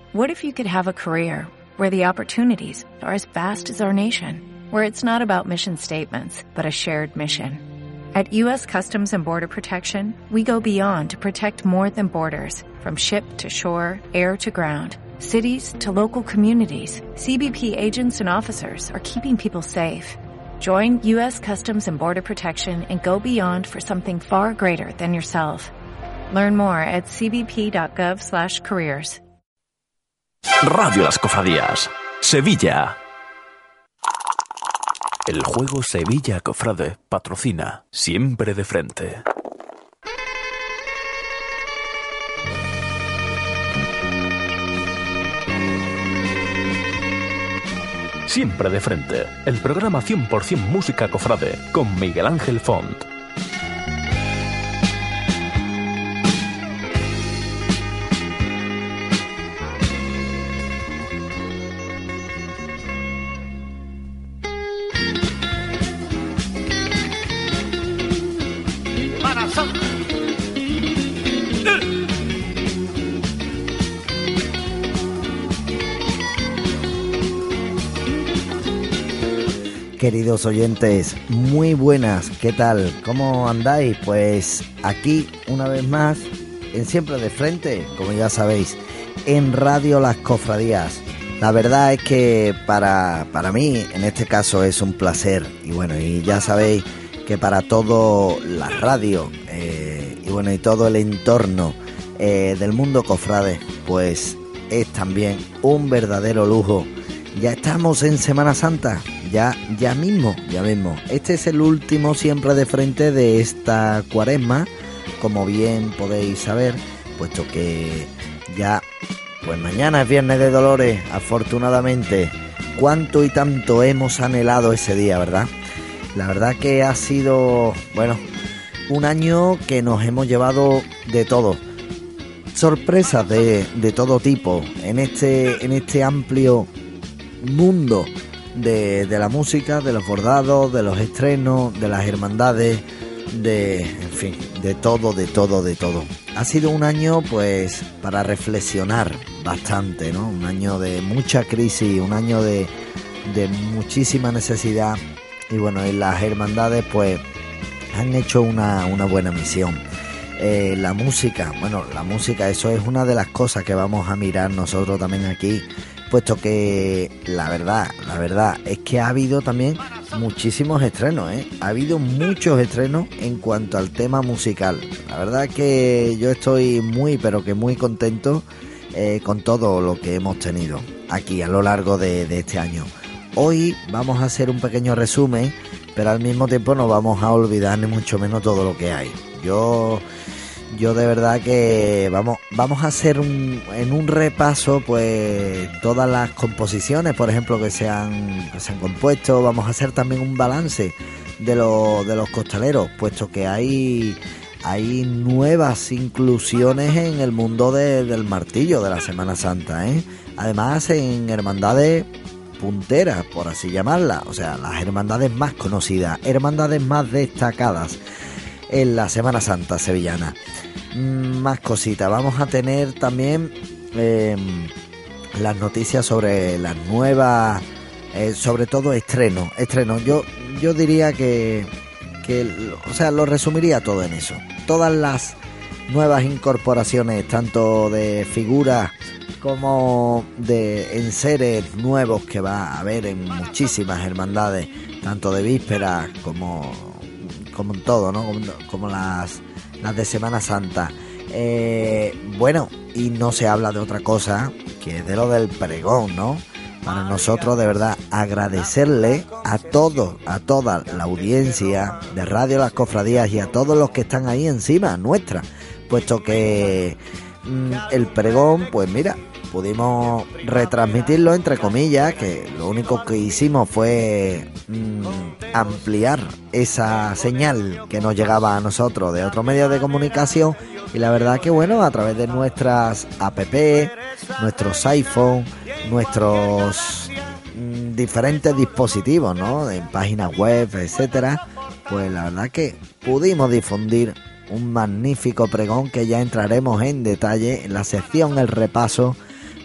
What if you could have a career where the opportunities are as vast as our nation, where it's not about mission statements, but a shared mission? At U.S. Customs and Border Protection, we go beyond to protect more than borders, from ship to shore, air to ground, cities to local communities. CBP agents and officers are keeping people safe. Join U.S. Customs and Border Protection and go beyond for something far greater than yourself. Learn more at cbp.gov/careers. Radio Las Cofradías, Sevilla. El juego Sevilla Cofrade patrocina Siempre de Frente. Siempre de Frente, el programa 100% música cofrade con Miguel Ángel Font. Queridos oyentes, muy buenas, ¿qué tal? ¿Cómo andáis? Pues aquí, una vez más, en Siempre de Frente, como ya sabéis, en Radio Las Cofradías. La verdad es que para mí, en este caso, es un placer. Y bueno, y ya sabéis que para todo la radio, y todo el entorno del mundo cofrade, pues es también un verdadero lujo. Ya estamos en Semana Santa. Ya mismo. Este es el último Siempre de Frente de esta cuaresma, como bien podéis saber, puesto que ya, pues mañana es Viernes de Dolores, afortunadamente. Cuánto y tanto hemos anhelado ese día, ¿verdad? La verdad que ha sido, bueno, un año que nos hemos llevado de todo. Sorpresas de todo tipo en este amplio mundo de la música, de los bordados, de los estrenos, de las hermandades, en fin, de todo. Ha sido un año, pues, para reflexionar bastante, ¿no? Un año de mucha crisis, un año de muchísima necesidad. Y bueno, en las hermandades, pues, han hecho una buena misión. La música, eso es una de las cosas que vamos a mirar nosotros también aquí, puesto que la verdad es que ha habido también muchísimos estrenos, ha habido muchos estrenos en cuanto al tema musical. La verdad es que yo estoy muy contento con todo lo que hemos tenido aquí a lo largo de este año. Hoy vamos a hacer un pequeño resumen, pero al mismo tiempo no vamos a olvidar ni mucho menos todo lo que hay. Yo de verdad que vamos a hacer en un repaso, pues, todas las composiciones, por ejemplo, que se han compuesto. Vamos a hacer también un balance de los costaleros, puesto que hay nuevas inclusiones en el mundo del martillo de la Semana Santa, Además, en hermandades punteras, por así llamarlas, o sea, las hermandades más conocidas, hermandades más destacadas en la Semana Santa sevillana. Más cositas. Vamos a tener también las noticias sobre las nuevas, sobre todo estrenos. Yo diría que o sea, lo resumiría todo en eso. Todas las nuevas incorporaciones, tanto de figuras como de enseres nuevos que va a haber en muchísimas hermandades, tanto de vísperas como en todo, ¿no? Como las de Semana Santa. Bueno, y no se habla de otra cosa que de lo del pregón, ¿no? Para nosotros, de verdad, agradecerle a toda la audiencia de Radio Las Cofradías y a todos los que están ahí encima nuestra, puesto que el pregón, pues mira, pudimos retransmitirlo, entre comillas, que lo único que hicimos fue ampliar esa señal que nos llegaba a nosotros de otros medios de comunicación. Y la verdad que, bueno, a través de nuestras app, nuestros iPhone, nuestros diferentes dispositivos, ¿no?, en páginas web, etcétera, pues la verdad que pudimos difundir un magnífico pregón que ya entraremos en detalle en la sección El Repaso,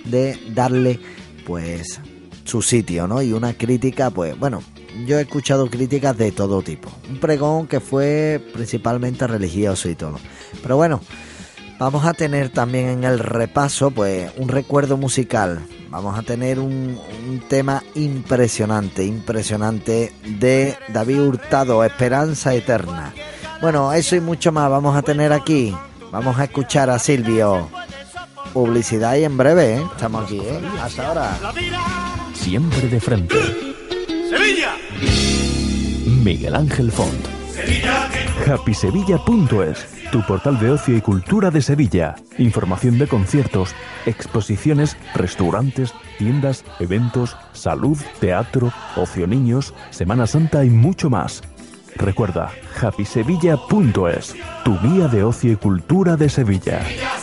de darle pues su sitio, ¿no? Y una crítica, pues bueno, yo he escuchado críticas de todo tipo. Un pregón que fue principalmente religioso y todo. Pero bueno, vamos a tener también en el repaso pues un recuerdo musical. Vamos a tener un tema impresionante de David Hurtado, Esperanza Eterna. Bueno, eso y mucho más vamos a tener aquí. Vamos a escuchar a Silvio. Publicidad y en breve, ¿eh? Estamos aquí, ¿eh? Hasta ahora. Siempre de frente. ¡Sevilla! Miguel Ángel Font. HappySevilla.es, tu portal de ocio y cultura de Sevilla. Información de conciertos, exposiciones, restaurantes, tiendas, eventos, salud, teatro, ocio niños, Semana Santa y mucho más. Recuerda, HappySevilla.es, tu guía de ocio y cultura de Sevilla.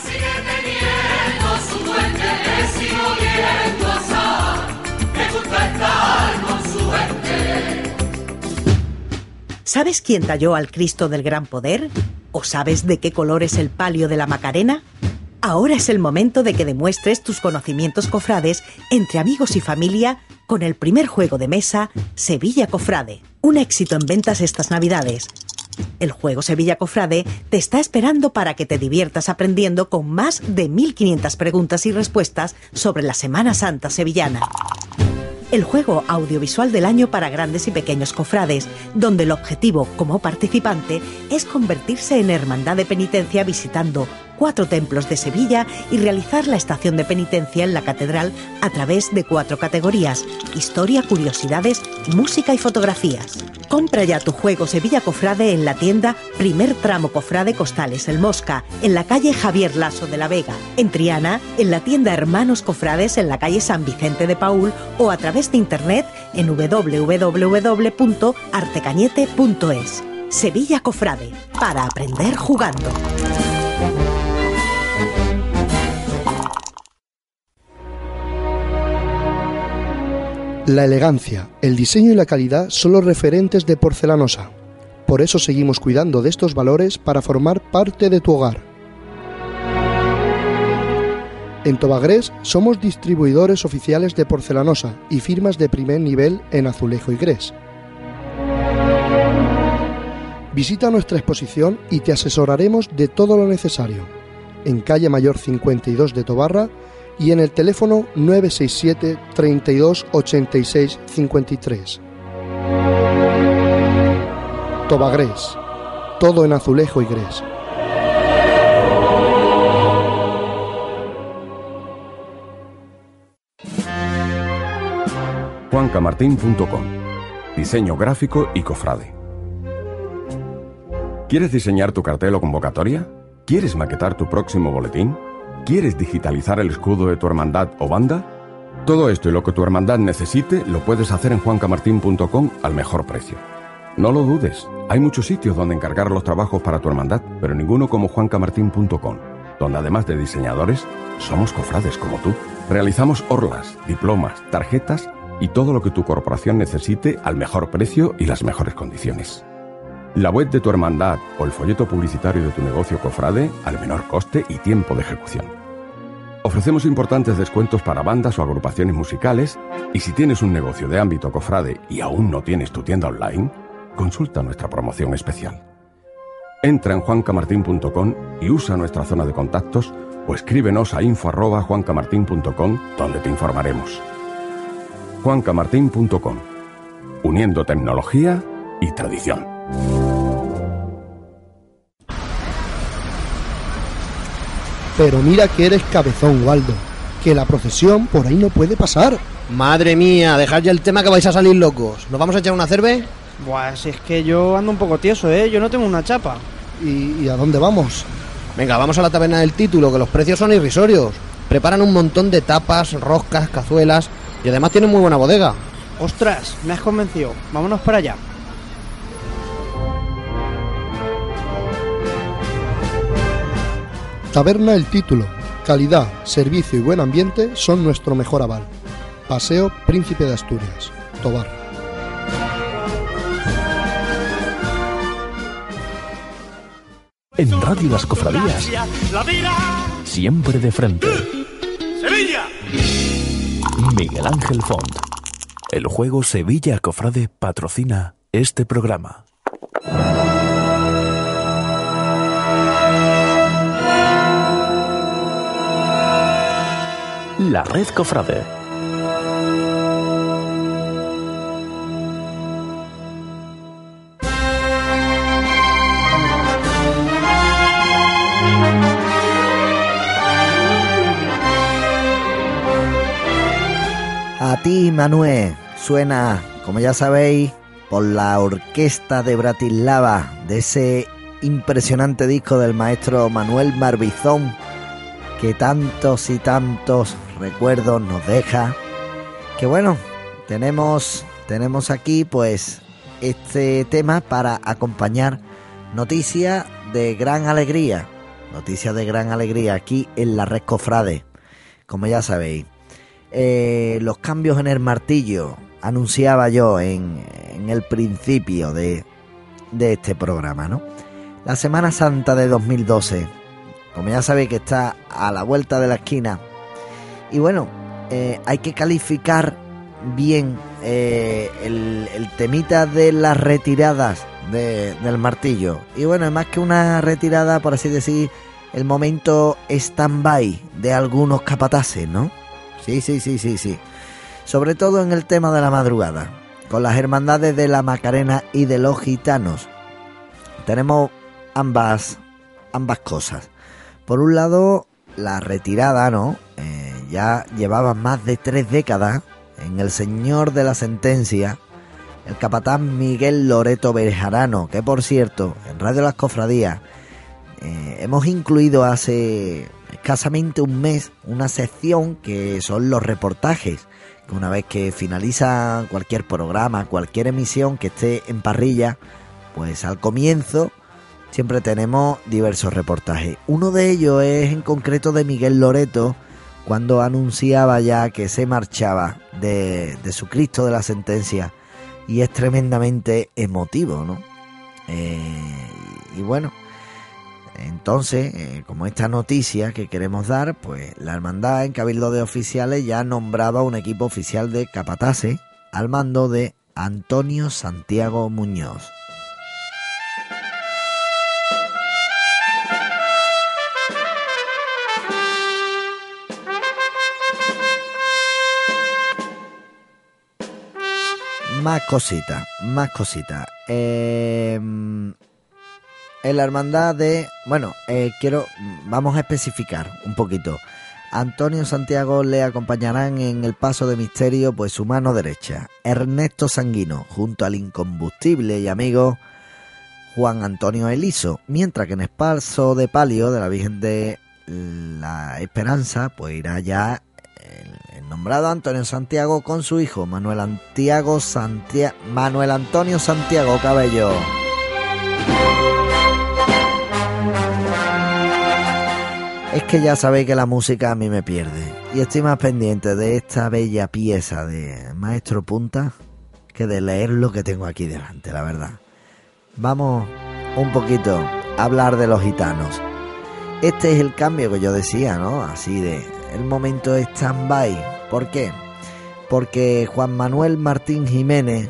¿Sabes quién talló al Cristo del Gran Poder? ¿O sabes de qué color es el palio de la Macarena? Ahora es el momento de que demuestres tus conocimientos cofrades entre amigos y familia con el primer juego de mesa Sevilla Cofrade. Un éxito en ventas estas Navidades. El juego Sevilla Cofrade te está esperando para que te diviertas aprendiendo con más de 1500 preguntas y respuestas sobre la Semana Santa sevillana. El juego audiovisual del año para grandes y pequeños cofrades, donde el objetivo como participante es convertirse en hermandad de penitencia visitando 4 templos de Sevilla y realizar la estación de penitencia en la catedral a través de 4 categorías: historia, curiosidades, música y fotografías. Compra ya tu juego Sevilla Cofrade en la tienda Primer Tramo Cofrade Costales El Mosca, en la calle Javier Laso de la Vega; en Triana, en la tienda Hermanos Cofrades en la calle San Vicente de Paúl, o a través de internet en www.artecañete.es. Sevilla Cofrade, para aprender jugando. La elegancia, el diseño y la calidad son los referentes de Porcelanosa. Por eso seguimos cuidando de estos valores para formar parte de tu hogar. En Tobagrés somos distribuidores oficiales de Porcelanosa y firmas de primer nivel en azulejo y grés. Visita nuestra exposición y te asesoraremos de todo lo necesario. En calle Mayor 52 de Tobarra y en el teléfono 967 32 86 53. Tobagrés, todo en azulejo y grés. juancamartin.com, diseño gráfico y cofrade. ¿Quieres diseñar tu cartel o convocatoria? ¿Quieres maquetar tu próximo boletín? ¿Quieres digitalizar el escudo de tu hermandad o banda? Todo esto y lo que tu hermandad necesite lo puedes hacer en juancamartin.com al mejor precio. No lo dudes, hay muchos sitios donde encargar los trabajos para tu hermandad, pero ninguno como juancamartin.com, donde además de diseñadores, somos cofrades como tú. Realizamos orlas, diplomas, tarjetas y todo lo que tu corporación necesite al mejor precio y las mejores condiciones. La web de tu hermandad o el folleto publicitario de tu negocio cofrade al menor coste y tiempo de ejecución. Ofrecemos importantes descuentos para bandas o agrupaciones musicales, y si tienes un negocio de ámbito cofrade y aún no tienes tu tienda online, consulta nuestra promoción especial. Entra en juancamartin.com y usa nuestra zona de contactos o escríbenos a info@juancamartin.com, donde te informaremos. juancamartin.com, uniendo tecnología y tradición. Pero mira que eres cabezón, Waldo, que la procesión por ahí no puede pasar. Madre mía, dejad ya el tema que vais a salir locos. ¿Nos vamos a echar una cerve? Buah, si es que yo ando un poco tieso, yo no tengo una chapa. ¿Y a dónde vamos? Venga, vamos a la taberna del Título, que los precios son irrisorios. Preparan un montón de tapas, roscas, cazuelas y además tienen muy buena bodega. Ostras, me has convencido. Vámonos para allá. Taberna El Título. Calidad, servicio y buen ambiente son nuestro mejor aval. Paseo Príncipe de Asturias, Tobar. En Radio Las Cofradías, siempre de frente. ¡Sevilla! Sevilla. Miguel Ángel Font. El juego Sevilla Cofrade patrocina este programa. La Red Cofrade. A ti, Manuel, suena, como ya sabéis, por la orquesta de Bratislava, de ese impresionante disco del maestro Manuel Marbizón, que tantos y tantos recuerdos nos deja. Que bueno, tenemos aquí pues este tema para acompañar noticias de gran alegría aquí en la Red Cofrade, como ya sabéis. Los cambios en el martillo, anunciaba yo en el principio de este programa, ¿no? La Semana Santa de 2012, como ya sabéis que está a la vuelta de la esquina, y bueno, hay que calificar bien el temita de las retiradas del martillo. Y bueno, más que una retirada, por así decir, el momento stand-by de algunos capataces, ¿no? Sí. Sobre todo en el tema de la madrugada, con las hermandades de la Macarena y de los gitanos. Tenemos ambas cosas. Por un lado, la retirada, ¿no? Ya llevaba más de 3 décadas en el señor de la sentencia, el capataz Miguel Loreto Bejarano, que por cierto, en Radio Las Cofradías hemos incluido hace escasamente un mes una sección que son los reportajes, que una vez que finaliza cualquier programa, cualquier emisión que esté en parrilla, pues al comienzo siempre tenemos diversos reportajes. Uno de ellos es en concreto de Miguel Loreto, cuando anunciaba ya que se marchaba de su Cristo de la Sentencia, y es tremendamente emotivo, ¿no? Y bueno, entonces, como esta noticia que queremos dar, pues la hermandad en Cabildo de Oficiales ya nombraba un equipo oficial de capataces al mando de Antonio Santiago Muñoz. Más cositas. En la hermandad de... Bueno, vamos a especificar un poquito. Antonio Santiago le acompañarán en el paso de misterio, pues su mano derecha, Ernesto Sanguino, junto al incombustible y amigo Juan Antonio Eliso, mientras que en el paso de palio de la Virgen de la Esperanza, pues irá ya el nombrado Antonio Santiago con su hijo Manuel Antonio Santiago Cabello. Es que ya sabéis que la música a mí me pierde, y estoy más pendiente de esta bella pieza de Maestro Punta que de leer lo que tengo aquí delante, la verdad. Vamos un poquito a hablar de los gitanos. Este es el cambio que yo decía, ¿no? Así de el momento de stand-by. ¿Por qué? Porque Juan Manuel Martín Jiménez,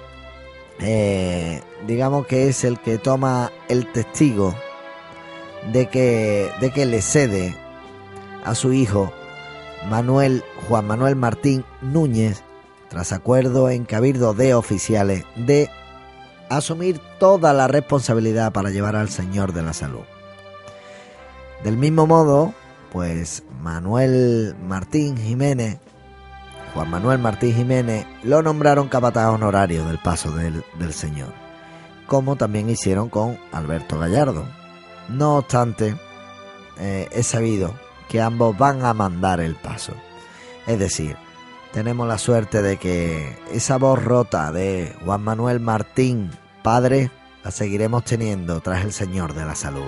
digamos que es el que toma el testigo de que le cede a su hijo Juan Manuel Martín Núñez, tras acuerdo en Cabildo de Oficiales, de asumir toda la responsabilidad para llevar al Señor de la Salud. Del mismo modo, pues Juan Manuel Martín Jiménez lo nombraron capataz honorario del paso del Señor, como también hicieron con Alberto Gallardo. No obstante, he sabido que ambos van a mandar el paso. Es decir, tenemos la suerte de que esa voz rota de Juan Manuel Martín, padre, la seguiremos teniendo tras el Señor de la Salud.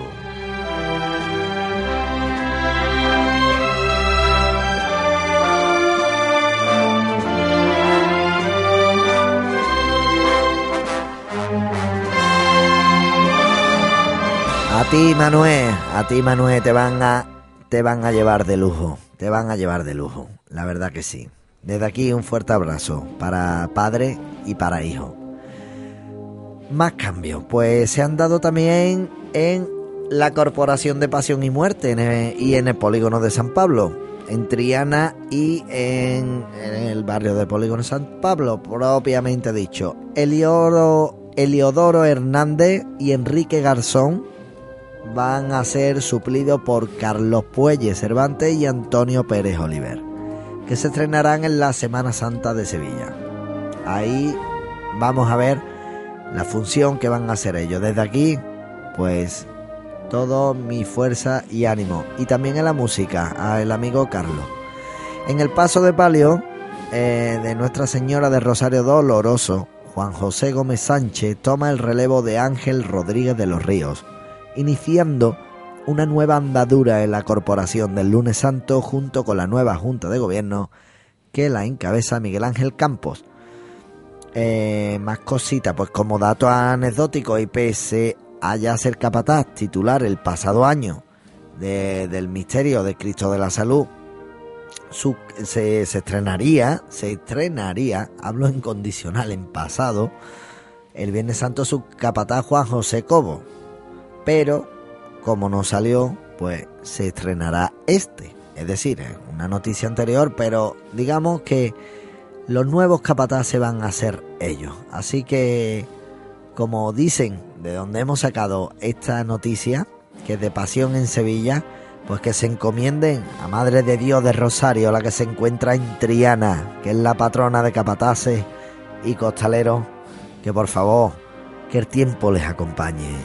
A ti, Manuel, te van a llevar de lujo. te van a llevar de lujo, la verdad que sí. Desde aquí un fuerte abrazo para padre y para hijo. Más cambios, pues se han dado también en la Corporación de Pasión y Muerte y en el Polígono de San Pablo, en Triana y en el barrio del Polígono San Pablo, propiamente dicho. Eliodoro Hernández y Enrique Garzón van a ser suplidos por Carlos Puelles Cervantes y Antonio Pérez Oliver, que se estrenarán en la Semana Santa de Sevilla. Ahí vamos a ver la función que van a hacer ellos. Desde aquí, pues, todo mi fuerza y ánimo. Y también en la música, al amigo Carlos. En el paso de palio de Nuestra Señora de Rosario Doloroso, Juan José Gómez Sánchez toma el relevo de Ángel Rodríguez de los Ríos, iniciando una nueva andadura en la corporación del Lunes Santo junto con la nueva Junta de Gobierno que la encabeza Miguel Ángel Campos. Más cositas, pues como dato anecdótico, y pese a ya ser capataz titular el pasado año del Misterio de Cristo de la Salud, se estrenaría, hablo en condicional, en pasado, el Viernes Santo su capataz Juan José Cobo, pero como no salió, pues se estrenará es decir, una noticia anterior, pero digamos que los nuevos capataces van a ser ellos. Así que, como dicen, de donde hemos sacado esta noticia, que es de Pasión en Sevilla, pues que se encomienden a Madre de Dios de Rosario, la que se encuentra en Triana, que es la patrona de capataces y costaleros, que por favor, que el tiempo les acompañe.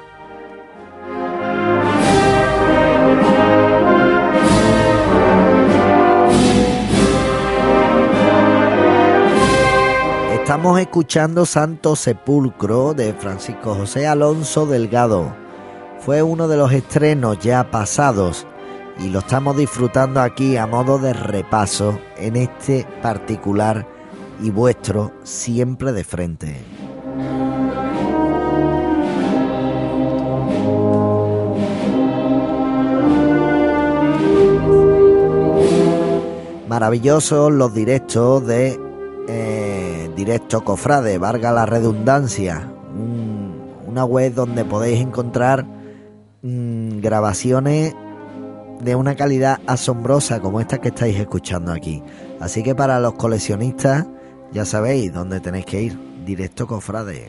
Estamos escuchando Santo Sepulcro de Francisco José Alonso Delgado. Fue uno de los estrenos ya pasados y lo estamos disfrutando aquí a modo de repaso en este particular y vuestro Siempre de Frente. Maravillosos los directos de Directo Cofrade, valga la redundancia, una web donde podéis encontrar grabaciones de una calidad asombrosa como esta que estáis escuchando aquí. Así que para los coleccionistas ya sabéis dónde tenéis que ir, Directo Cofrade.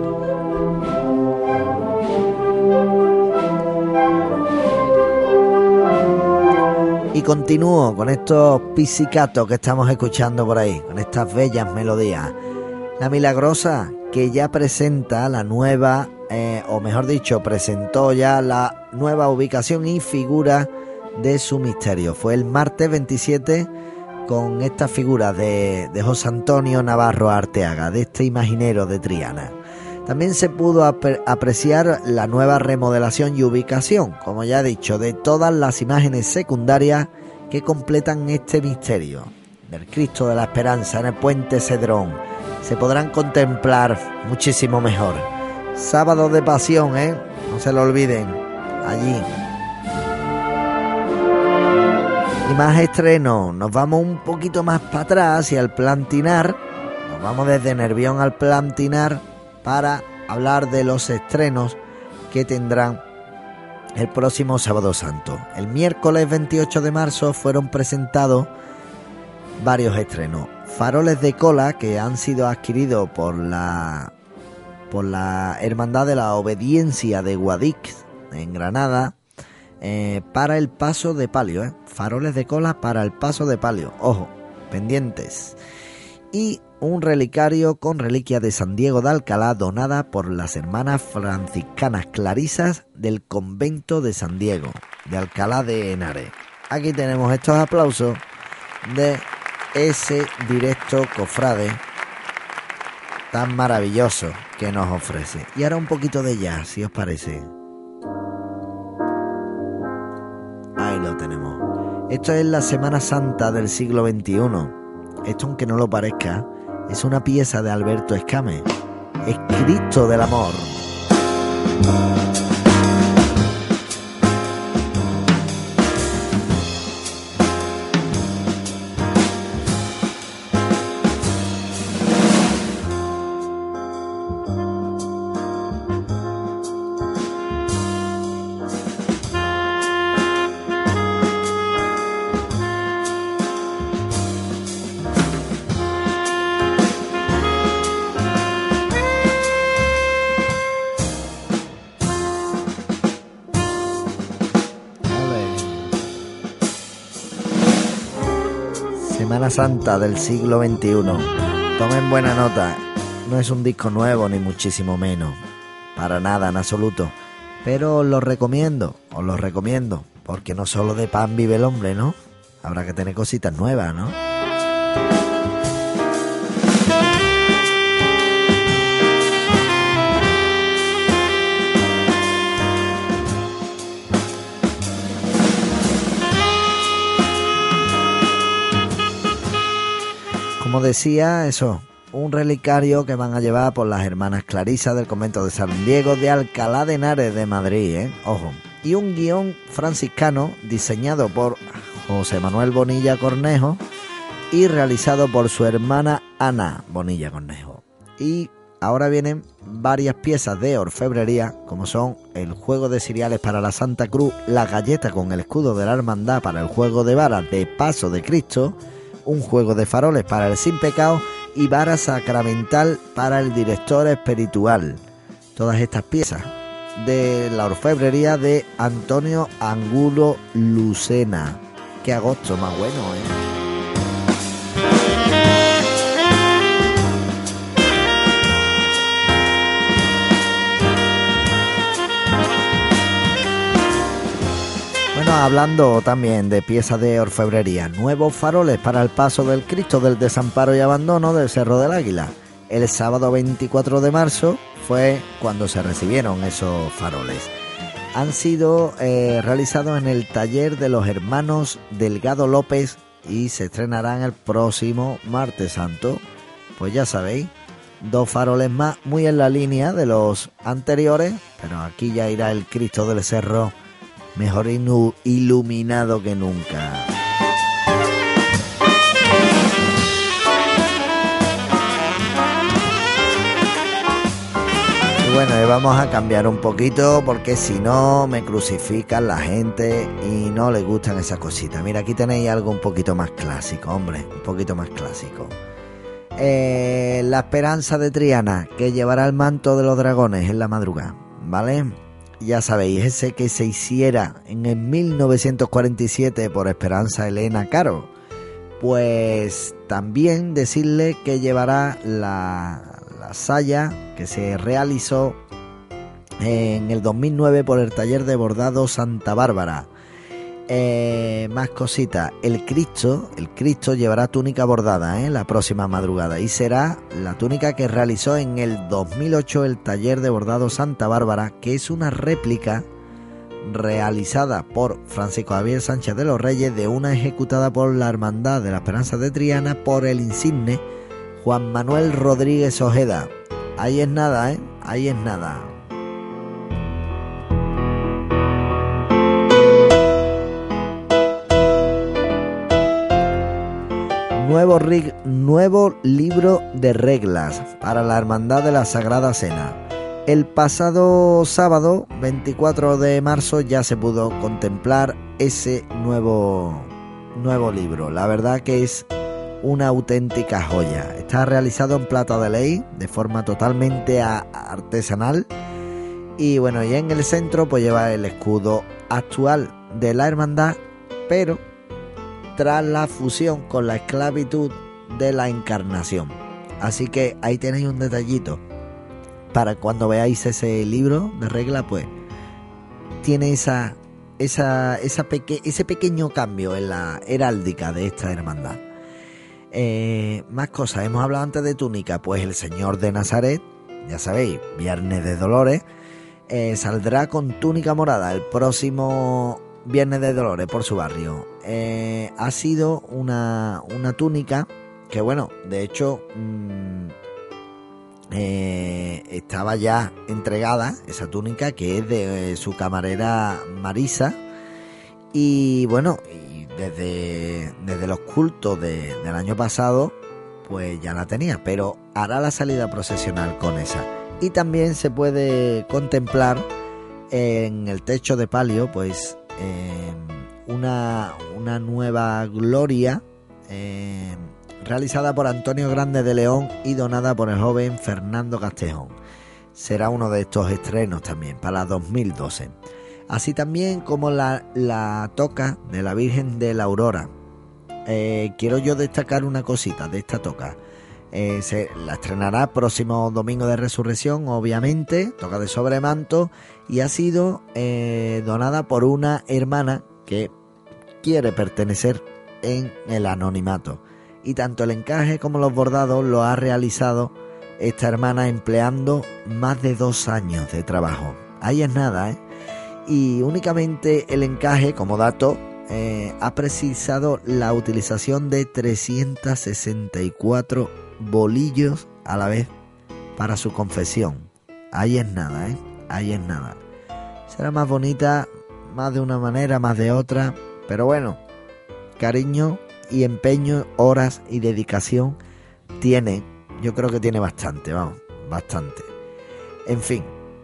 Y continúo con estos pizzicatos que estamos escuchando por ahí, con estas bellas melodías. La Milagrosa, que ya presenta la nueva, o mejor dicho, presentó ya la nueva ubicación y figura de su misterio. Fue el martes 27 con esta figura de José Antonio Navarro Arteaga, de este imaginero de Triana. También se pudo apreciar la nueva remodelación y ubicación, como ya he dicho, de todas las imágenes secundarias que completan este misterio del Cristo de la Esperanza en el Puente Cedrón. Se podrán contemplar muchísimo mejor. Sábado de Pasión, no se lo olviden, allí. Y más estrenos, nos vamos un poquito más para atrás hacia el Plantinar, nos vamos desde Nervión al Plantinar para hablar de los estrenos que tendrán el próximo Sábado Santo. El miércoles 28 de marzo fueron presentados varios estrenos. Faroles de cola que han sido adquiridos por la Hermandad de la Obediencia de Guadix en Granada para el paso de palio. Faroles de cola para el paso de palio. Ojo, pendientes. Y un relicario con reliquia de San Diego de Alcalá donada por las hermanas franciscanas clarisas del convento de San Diego de Alcalá de Henares. Aquí tenemos estos aplausos de ese directo cofrade tan maravilloso que nos ofrece. Y ahora un poquito de jazz, si os parece. Ahí lo tenemos. Esto es la Semana Santa del siglo XXI. Esto, aunque no lo parezca, es una pieza de Alberto Escame. Es Cristo del Amor. Semana Santa del siglo XXI. Tomen buena nota, no es un disco nuevo ni muchísimo menos, para nada en absoluto, pero os lo recomiendo, porque no solo de pan vive el hombre, ¿no? Habrá que tener cositas nuevas, ¿no? Como decía, eso, un relicario que van a llevar por las hermanas Clarisas del convento de San Diego de Alcalá de Henares de Madrid, ojo. Y un guión franciscano diseñado por José Manuel Bonilla Cornejo y realizado por su hermana Ana Bonilla Cornejo. Y ahora vienen varias piezas de orfebrería, como son el juego de cereales para la Santa Cruz, la galleta con el escudo de la hermandad para el juego de varas de Paso de Cristo, un juego de faroles para el Sin Pecado y vara sacramental para el director espiritual. Todas estas piezas de la orfebrería de Antonio Angulo Lucena. Qué agosto más bueno, Bueno, hablando también de piezas de orfebrería, nuevos faroles para el paso del Cristo del Desamparo y Abandono del Cerro del Águila. El sábado 24 de marzo fue cuando se recibieron esos faroles. Han sido realizados en el taller de los hermanos Delgado López y se estrenarán el próximo martes santo. Pues ya sabéis, 2 faroles más, muy en la línea de los anteriores, pero aquí ya irá el Cristo del Cerro mejor iluminado que nunca. Y bueno, vamos a cambiar un poquito porque si no me crucifican la gente y no les gustan esas cositas. Mira, aquí tenéis algo un poquito más clásico, hombre, un poquito más clásico. La Esperanza de Triana, que llevará el manto de los dragones en la madrugada, ¿vale? Ya sabéis, ese que se hiciera en el 1947 por Esperanza Elena Caro. Pues también decirle que llevará la saya que se realizó en el 2009 por el taller de bordado Santa Bárbara. Más cositas, el Cristo llevará túnica bordada la próxima madrugada y será la túnica que realizó en el 2008 el taller de bordado Santa Bárbara, que es una réplica realizada por Francisco Javier Sánchez de los Reyes de una ejecutada por la Hermandad de la Esperanza de Triana por el insigne Juan Manuel Rodríguez Ojeda. Ahí es nada, ahí es nada. Nuevo libro de reglas para la Hermandad de la Sagrada Cena. El pasado sábado 24 de marzo ya se pudo contemplar ese nuevo libro. La verdad que es una auténtica joya. Está realizado en plata de ley de forma totalmente artesanal y bueno, y en el centro pues lleva el escudo actual de la hermandad, pero tras la fusión con la esclavitud de la Encarnación. Así que ahí tenéis un detallito para cuando veáis ese libro de regla, pues tiene ese pequeño cambio en la heráldica de esta hermandad. Más cosas, hemos hablado antes de túnica, pues el Señor de Nazaret, ya sabéis, Viernes de Dolores, saldrá con túnica morada el próximo Viernes de Dolores por su barrio. Ha sido una túnica que, bueno, de hecho estaba ya entregada esa túnica, que es de su camarera Marisa, y bueno, y desde los cultos del año pasado pues ya la tenía, pero hará la salida procesional con esa. Y también se puede contemplar en el techo de palio pues una nueva gloria realizada por Antonio Grande de León y donada por el joven Fernando Castejón. Será uno de estos estrenos también para 2012. Así también como la toca de la Virgen de la Aurora, quiero yo destacar una cosita de esta toca. Se la estrenará próximo domingo de Resurrección, obviamente, toca de sobremanto, y ha sido donada por una hermana que quiere pertenecer en el anonimato. Y tanto el encaje como los bordados lo ha realizado esta hermana empleando más de 2 años de trabajo. Ahí es nada, ¿eh? Y únicamente el encaje, como dato, ha precisado la utilización de 364 bolillos a la vez para su confesión. Ahí es nada, ¿eh? Ahí es nada. Será más bonita, más de una manera, más de otra, pero bueno, cariño y empeño, horas y dedicación tiene. Yo creo que tiene bastante, vamos, bastante. En fin,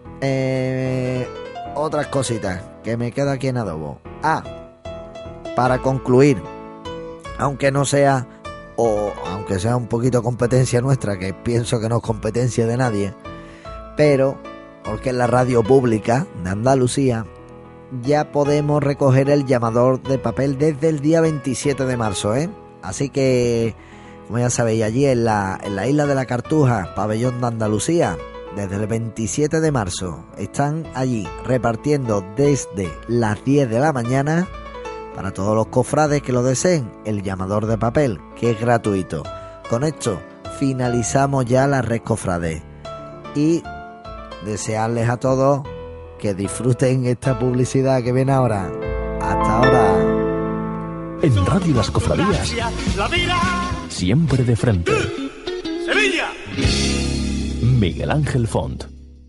otras cositas que me queda aquí en adobo. Para concluir, aunque sea un poquito competencia nuestra, que pienso que no es competencia de nadie, pero porque es la radio pública de Andalucía, ya podemos recoger el llamador de papel desde el día 27 de marzo, ¿eh? Así que, como ya sabéis, allí en la isla de la Cartuja, pabellón de Andalucía, desde el 27 de marzo, están allí repartiendo desde las 10 de la mañana, para todos los cofrades que lo deseen, el llamador de papel, que es gratuito. Con esto finalizamos ya la red cofrade y desearles a todos que disfruten esta publicidad que viene ahora. Hasta ahora. En Radio Las Cofradías, siempre de frente. ¡Sevilla! Miguel Ángel Font.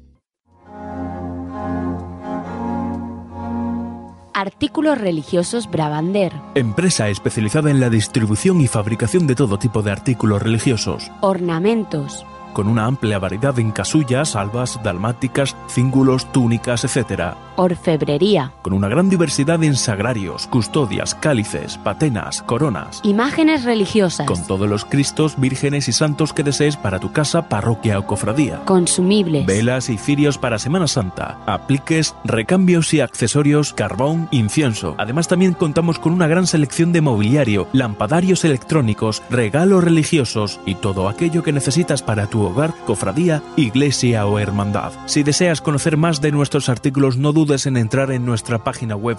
Artículos religiosos Bravander. Empresa especializada en la distribución y fabricación de todo tipo de artículos religiosos. Ornamentos. Con una amplia variedad en casullas, albas, dalmáticas, cíngulos, túnicas, etc. Orfebrería. Con una gran diversidad en sagrarios, custodias, cálices, patenas, coronas. Imágenes religiosas. Con todos los cristos, vírgenes y santos que desees para tu casa, parroquia o cofradía. Consumibles. Velas y cirios para Semana Santa. Apliques, recambios y accesorios, carbón, incienso. Además también contamos con una gran selección de mobiliario, lampadarios electrónicos, regalos religiosos y todo aquello que necesitas para tu hogar, cofradía, iglesia o hermandad. Si deseas conocer más de nuestros artículos, no dudes en entrar en nuestra página web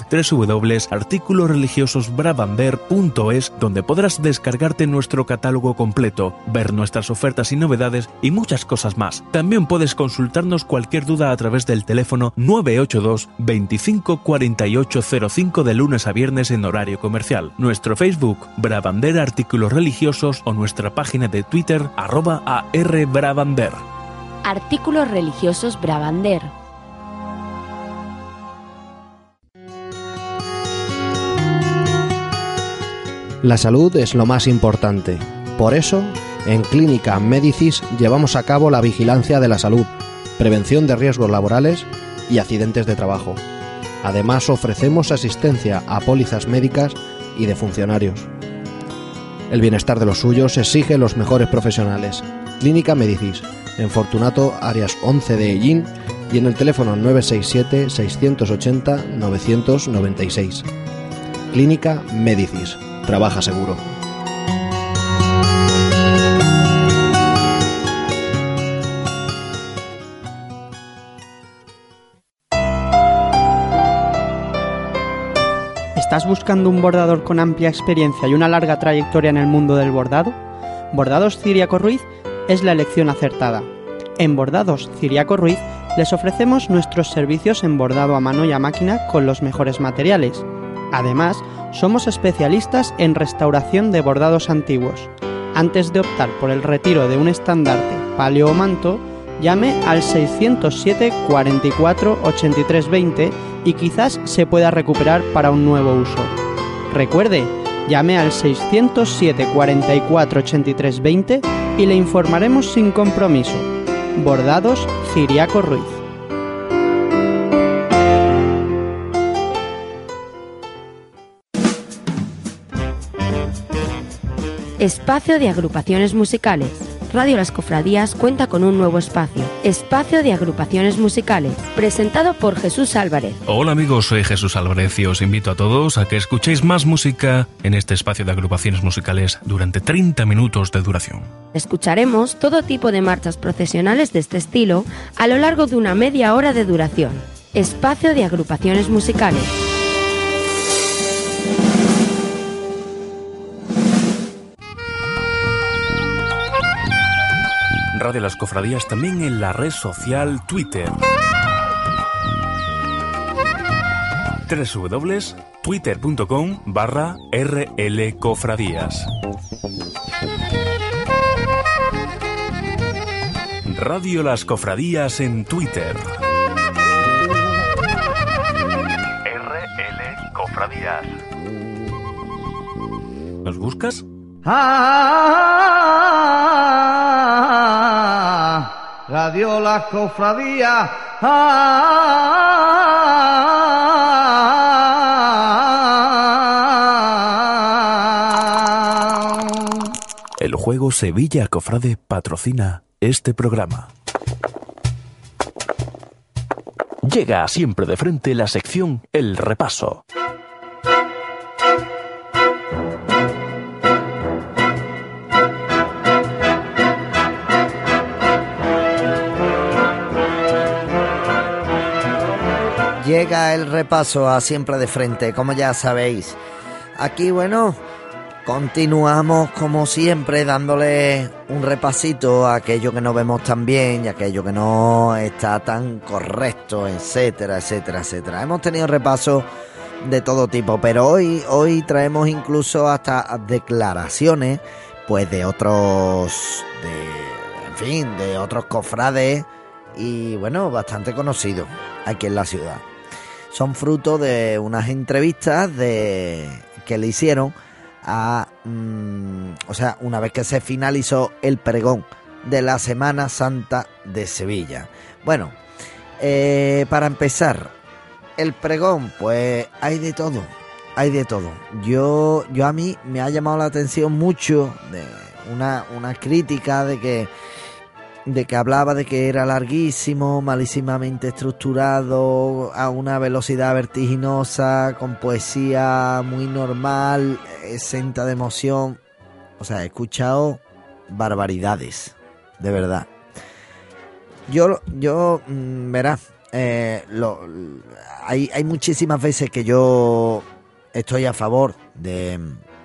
www.articulosreligiososbravander.es, donde podrás descargarte nuestro catálogo completo, ver nuestras ofertas y novedades y muchas cosas más. También puedes consultarnos cualquier duda a través del teléfono 982 25 48 05 de lunes a viernes en horario comercial, nuestro Facebook Bravander Artículos Religiosos o nuestra página de Twitter @ARBravander. Artículos religiosos Bravander. La salud es lo más importante. Por eso, en Clínica Médicis llevamos a cabo la vigilancia de la salud, prevención de riesgos laborales y accidentes de trabajo. Además, ofrecemos asistencia a pólizas médicas y de funcionarios. El bienestar de los suyos exige los mejores profesionales. Clínica Médicis, en Fortunato, Arias 11 de Ellín, y en el teléfono 967-680-996. Clínica Médicis. Trabaja seguro. ¿Estás buscando un bordador con amplia experiencia y una larga trayectoria en el mundo del bordado? Bordados Ciriaco Ruiz es la elección acertada. En Bordados Ciriaco Ruiz les ofrecemos nuestros servicios en bordado a mano y a máquina con los mejores materiales. Además, somos especialistas en restauración de bordados antiguos. Antes de optar por el retiro de un estandarte, palio o manto, llame al 607 44 83 20 y quizás se pueda recuperar para un nuevo uso. Recuerde, llame al 607 44 83 20 y le informaremos sin compromiso. Bordados Ciriaco Ruiz. Espacio de agrupaciones musicales. Radio Las Cofradías cuenta con un nuevo espacio, Espacio de Agrupaciones Musicales, presentado por Jesús Álvarez. Hola amigos, soy Jesús Álvarez y os invito a todos a que escuchéis más música en este espacio de agrupaciones musicales durante 30 minutos de duración. Escucharemos todo tipo de marchas procesionales de este estilo a lo largo de una media hora de duración. Espacio de Agrupaciones Musicales. Radio Las Cofradías también en la red social Twitter. www.twitter.com/rlcofradías. Radio Las Cofradías en Twitter. RL Cofradías. ¿Nos buscas? Radio Las Cofradías. El juego Sevilla Cofrade patrocina este programa. Llega siempre de frente la sección El Repaso. Llega el repaso a Siempre de Frente, como ya sabéis. Aquí, bueno, continuamos como siempre dándole un repasito a aquello que no vemos tan bien y aquello que no está tan correcto, etcétera, etcétera, etcétera. Hemos tenido repasos de todo tipo, pero hoy traemos incluso hasta declaraciones, pues de otros, de otros cofrades y bueno, bastante conocidos aquí en la ciudad. Son fruto de unas entrevistas que le hicieron una vez que se finalizó el pregón de la Semana Santa de Sevilla. Bueno, para empezar, el pregón, pues hay de todo. Yo a mí me ha llamado la atención mucho de una crítica de que hablaba de que era larguísimo, malísimamente estructurado, a una velocidad vertiginosa, con poesía muy normal, exenta de emoción. O sea, he escuchado barbaridades, de verdad. Verás, hay muchísimas veces que yo estoy a favor de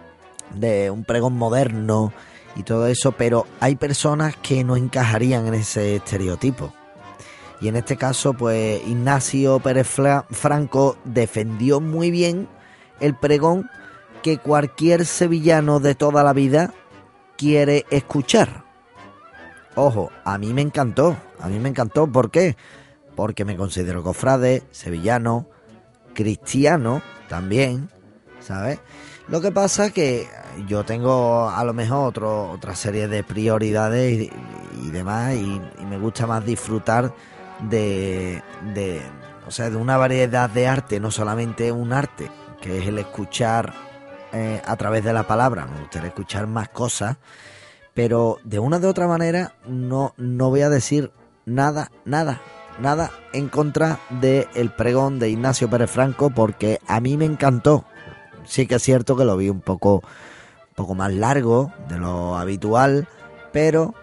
un pregón moderno y todo eso, pero hay personas que no encajarían en ese estereotipo. Y en este caso, pues Ignacio Pérez Franco defendió muy bien el pregón que cualquier sevillano de toda la vida quiere escuchar. Ojo, a mí me encantó. ¿Por qué? Porque me considero cofrade, sevillano, cristiano también, ¿sabes? Lo que pasa es que yo tengo a lo mejor otra serie de prioridades y demás, y me gusta más disfrutar de una variedad de arte, no solamente un arte, que es el escuchar a través de la palabra. Me gustaría escuchar más cosas, pero de una de otra manera no voy a decir nada en contra del pregón de Ignacio Pérez Franco, porque a mí me encantó. Sí que es cierto que lo vi un poco más largo de lo habitual, pero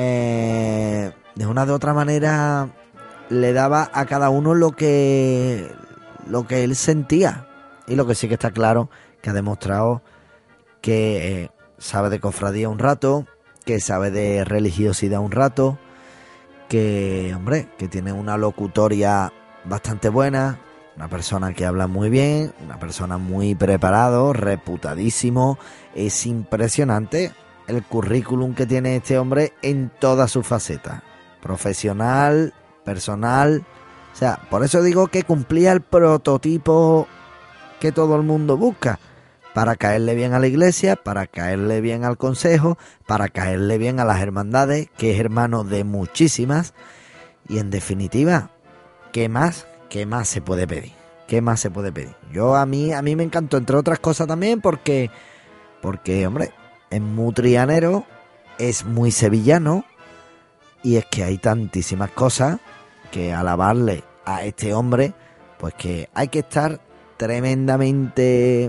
de una de otra manera le daba a cada uno lo que él sentía. Y lo que sí que está claro, que ha demostrado que sabe de cofradía un rato, que sabe de religiosidad un rato, que tiene una locutoria bastante buena, una persona que habla muy bien, una persona muy preparado, reputadísimo. Es impresionante el currículum que tiene este hombre en todas sus facetas, profesional, personal. O sea, por eso digo que cumplía el prototipo que todo el mundo busca, para caerle bien a la iglesia, para caerle bien al consejo, para caerle bien a las hermandades, que es hermano de muchísimas. Y en definitiva, ¿qué más se puede pedir? ¿Qué más se puede pedir? A mí me encantó, entre otras cosas también, porque hombre, es muy trianero es muy sevillano, y es que hay tantísimas cosas que alabarle a este hombre, pues que hay que estar tremendamente,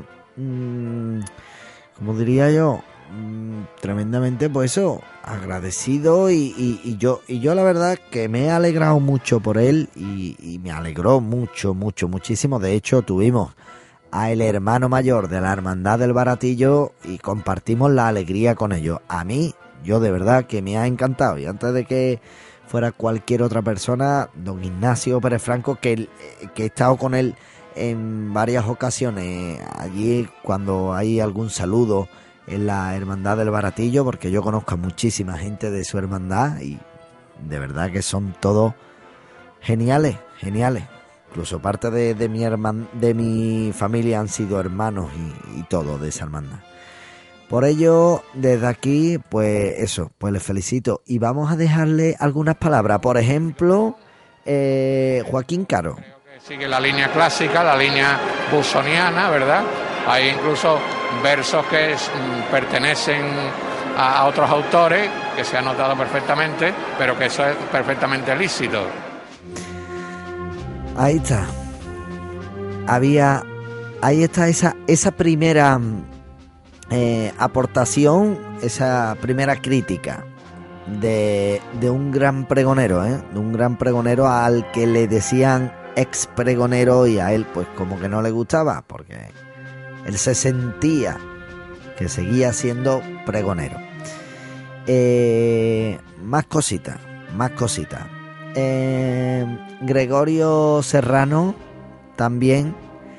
como diría yo, tremendamente, pues eso, agradecido, y yo la verdad que me he alegrado mucho por él, y me alegró muchísimo. De hecho, tuvimos a el hermano mayor de la Hermandad del Baratillo y compartimos la alegría con ellos. A mí, yo de verdad que me ha encantado, y antes de que fuera cualquier otra persona, don Ignacio Pérez Franco, que he estado con él en varias ocasiones allí cuando hay algún saludo en la Hermandad del Baratillo, porque yo conozco a muchísima gente de su hermandad y de verdad que son todos geniales. Incluso parte de mi familia han sido hermanos y todo de esa hermandad. Por ello, desde aquí, pues eso, pues les felicito. Y vamos a dejarle algunas palabras. Por ejemplo, Joaquín Caro. Sigue la línea clásica, la línea busoniana, ¿verdad? Hay incluso versos que pertenecen a otros autores, que se ha notado perfectamente, pero que eso es perfectamente lícito. Ahí está. Ahí está esa primera aportación, esa primera crítica de un gran pregonero, de un gran pregonero al que le decían ex pregonero, y a él pues como que no le gustaba, porque él se sentía que seguía siendo pregonero. Más cositas. Gregorio Serrano también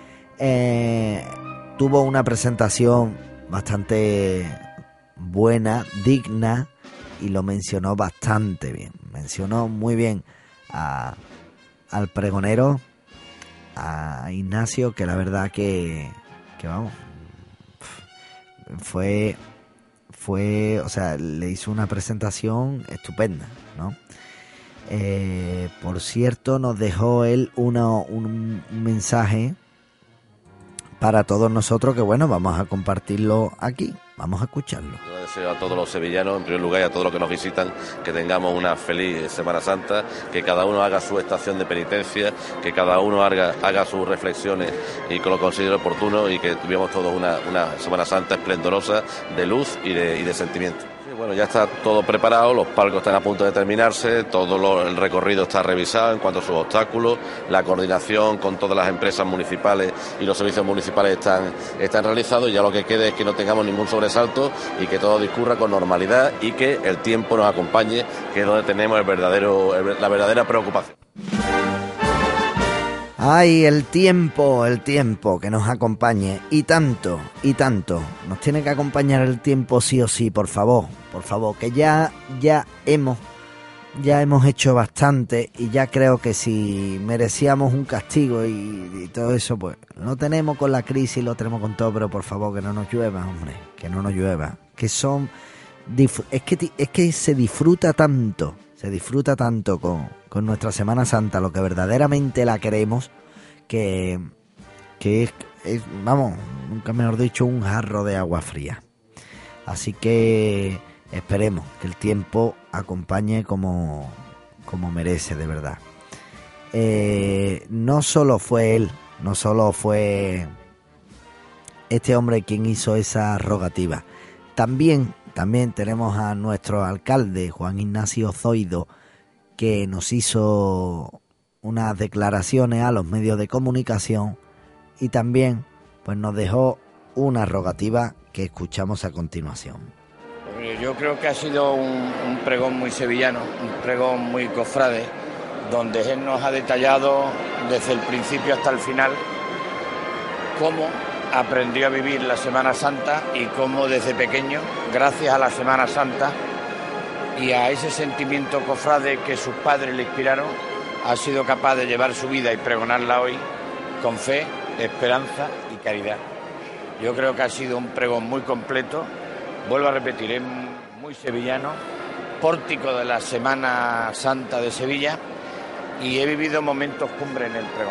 tuvo una presentación bastante buena, digna, y lo mencionó bastante bien. Mencionó muy bien al pregonero, a Ignacio, que la verdad que vamos, fue, o sea, le hizo una presentación estupenda, ¿no? Por cierto, nos dejó él un mensaje para todos nosotros, que bueno, vamos a compartirlo aquí, vamos a escucharlo. Yo deseo a todos los sevillanos, en primer lugar, y a todos los que nos visitan, que tengamos una feliz Semana Santa, que cada uno haga su estación de penitencia, que cada uno haga sus reflexiones y que lo considere oportuno, y que tuvimos todos una Semana Santa esplendorosa de luz y de sentimiento. Bueno, ya está todo preparado, los palcos están a punto de terminarse, el recorrido está revisado en cuanto a sus obstáculos, la coordinación con todas las empresas municipales y los servicios municipales están realizados, y ya lo que quede es que no tengamos ningún sobresalto y que todo discurra con normalidad y que el tiempo nos acompañe, que es donde tenemos la verdadera preocupación. Ay, el tiempo, que nos acompañe, y tanto, nos tiene que acompañar el tiempo sí o sí, por favor, que ya hemos hecho bastante, y ya creo que si merecíamos un castigo y todo eso, pues lo tenemos con la crisis, lo tenemos con todo, pero por favor que no nos llueva, hombre, que no nos llueva, es que se disfruta tanto con nuestra Semana Santa, lo que verdaderamente la queremos, que es, vamos, nunca mejor dicho, un jarro de agua fría. Así que esperemos que el tiempo acompañe como merece, de verdad. No solo fue él, no solo fue este hombre quien hizo esa rogativa. También tenemos a nuestro alcalde, Juan Ignacio Zoido, que nos hizo unas declaraciones a los medios de comunicación, y también pues nos dejó una rogativa que escuchamos a continuación. Yo creo que ha sido un pregón muy sevillano, un pregón muy cofrade, donde él nos ha detallado desde el principio hasta el final cómo aprendió a vivir la Semana Santa y cómo desde pequeño, gracias a la Semana Santa y a ese sentimiento cofrade que sus padres le inspiraron, ha sido capaz de llevar su vida y pregonarla hoy con fe, esperanza y caridad. Yo creo que ha sido un pregón muy completo, vuelvo a repetir, es muy sevillano, pórtico de la Semana Santa de Sevilla, y he vivido momentos cumbre en el pregón.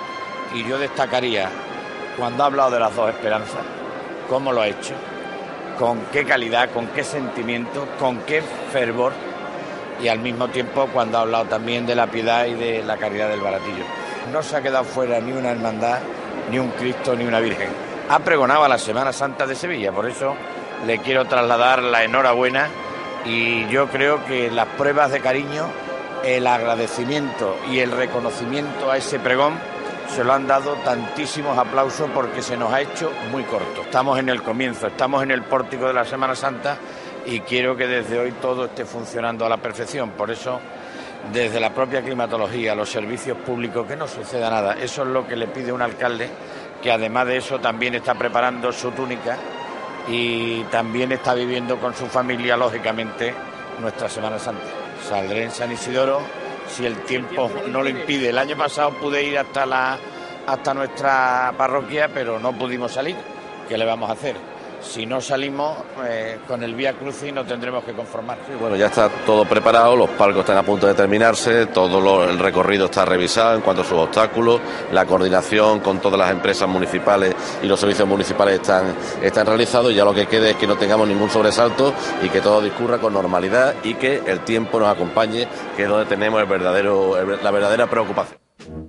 Y yo destacaría, cuando ha hablado de las dos esperanzas, cómo lo ha hecho, con qué calidad, con qué sentimiento, con qué fervor, y al mismo tiempo cuando ha hablado también de la piedad y de la caridad del Baratillo. No se ha quedado fuera ni una hermandad, ni un Cristo, ni una Virgen. Ha pregonado a la Semana Santa de Sevilla, por eso le quiero trasladar la enhorabuena, y yo creo que las pruebas de cariño, el agradecimiento y el reconocimiento a ese pregón se lo han dado tantísimos aplausos porque se nos ha hecho muy corto. Estamos en el comienzo, estamos en el pórtico de la Semana Santa y quiero que desde hoy todo esté funcionando a la perfección. Por eso, desde la propia climatología, los servicios públicos, que no suceda nada. Eso es lo que le pide un alcalde, que además de eso también está preparando su túnica y también está viviendo con su familia, lógicamente, nuestra Semana Santa. Saldré en San Isidoro si el tiempo no lo impide. El año pasado pude ir hasta nuestra parroquia, pero no pudimos salir. ¿Qué le vamos a hacer? Si no salimos, con el Vía Crucis nos tendremos que conformar. Sí, bueno, ya está todo preparado, los palcos están a punto de terminarse, el recorrido está revisado en cuanto a sus obstáculos, la coordinación con todas las empresas municipales y los servicios municipales están realizados, y ya lo que quede es que no tengamos ningún sobresalto y que todo discurra con normalidad y que el tiempo nos acompañe, que es donde tenemos la verdadera preocupación.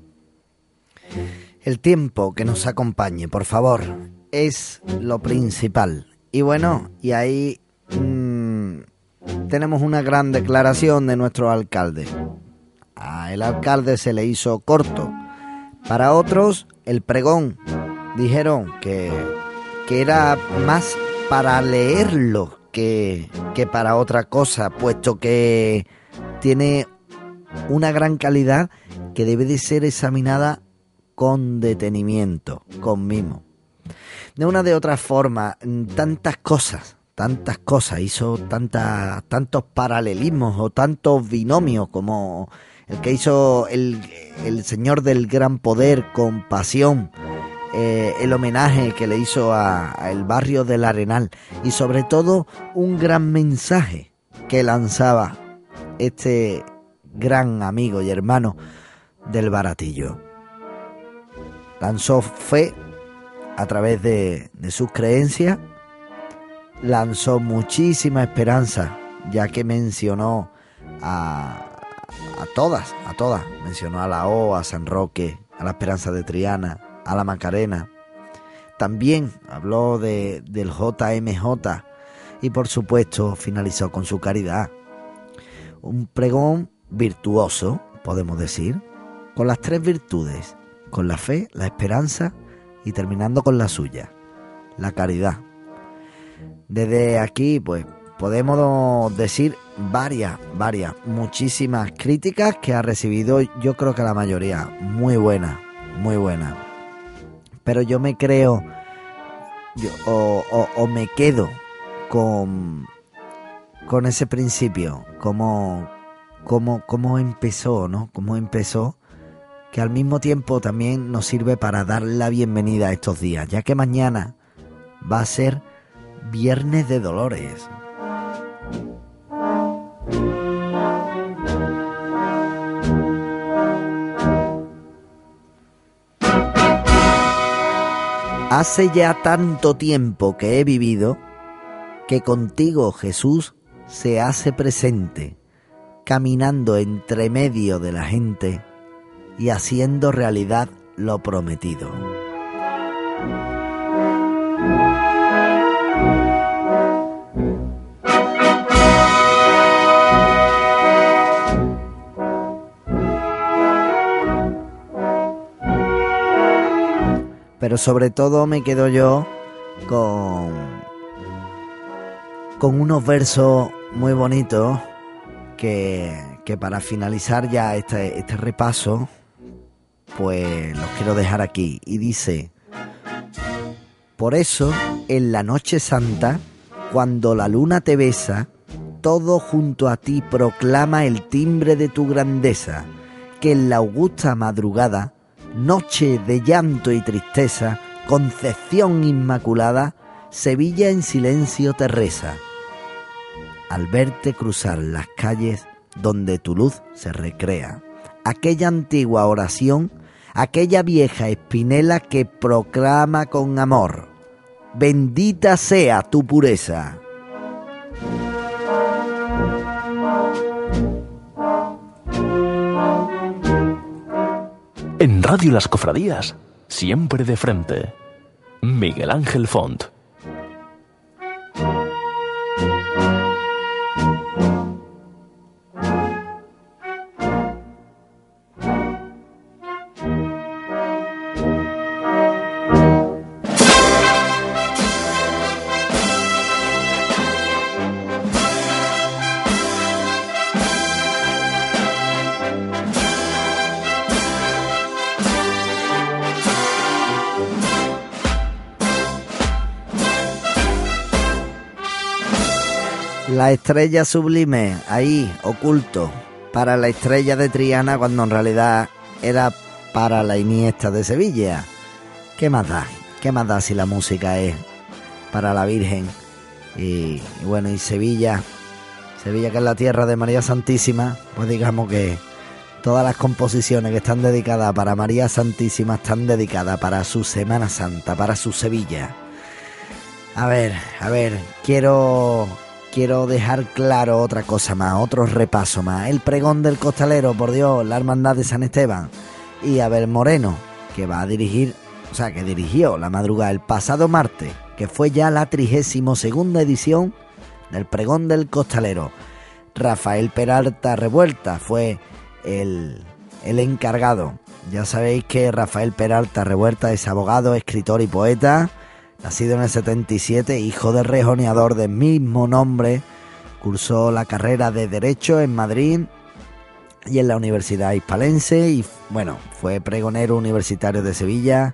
El tiempo que nos acompañe, por favor, es lo principal. Y bueno, y ahí tenemos una gran declaración de nuestro alcalde. El alcalde se le hizo corto. Para otros, el pregón dijeron que era más para leerlo que para otra cosa, puesto que tiene una gran calidad que debe de ser examinada con detenimiento, con mimo. De una de otra forma, tantas cosas, hizo tantos paralelismos o tantos binomios como el que hizo el señor del gran poder con pasión, el homenaje que le hizo a el barrio del Arenal, y sobre todo un gran mensaje que lanzaba este gran amigo y hermano del Baratillo. Lanzó fe a través de sus creencias, lanzó muchísima esperanza, ya que mencionó a todas, mencionó a la O, a San Roque, a la Esperanza de Triana, a la Macarena. También habló del JMJ y por supuesto finalizó con su caridad. Un pregón virtuoso, podemos decir, con las tres virtudes, con la fe, la esperanza y terminando con la suya, la caridad. Desde aquí, pues, podemos decir muchísimas críticas que ha recibido, yo creo que la mayoría, muy buena. Pero yo me creo, o me quedo con ese principio, cómo empezó, ¿no? Cómo empezó, que al mismo tiempo también nos sirve para dar la bienvenida a estos días, ya que mañana va a ser Viernes de Dolores. Hace ya tanto tiempo que he vivido, que contigo, Jesús, se hace presente, caminando entre medio de la gente y haciendo realidad lo prometido. Pero sobre todo me quedo yo con unos versos muy bonitos que para finalizar ya este repaso, pues los quiero dejar aquí. Y dice: por eso, en la noche santa, cuando la luna te besa, todo junto a ti proclama el timbre de tu grandeza, que en la augusta madrugada, noche de llanto y tristeza, Concepción Inmaculada, Sevilla en silencio te reza. Al verte cruzar las calles donde tu luz se recrea, aquella antigua oración, aquella vieja espinela que proclama con amor: Bendita sea tu pureza. En Radio Las Cofradías, siempre de frente. Miguel Ángel Font. La estrella sublime, ahí, oculto, para la estrella de Triana, cuando en realidad era para la Iniesta de Sevilla. ¿Qué más da? ¿Qué más da si la música es para la Virgen? Y bueno, y Sevilla, que es la tierra de María Santísima, pues digamos que todas las composiciones que están dedicadas para María Santísima están dedicadas para su Semana Santa, para su Sevilla. A ver, quiero dejar claro otra cosa más, otro repaso más. El pregón del costalero, por Dios, la hermandad de San Esteban. Y Abel Moreno, que va a dirigir, que dirigió la madrugada el pasado martes, que fue ya la 32ª edición del pregón del costalero. Rafael Peralta Revuelta fue el encargado. Ya sabéis que Rafael Peralta Revuelta es abogado, escritor y poeta. Nacido en el 77, hijo del rejoneador del mismo nombre, cursó la carrera de Derecho en Madrid y en la Universidad Hispalense y bueno, fue pregonero universitario de Sevilla.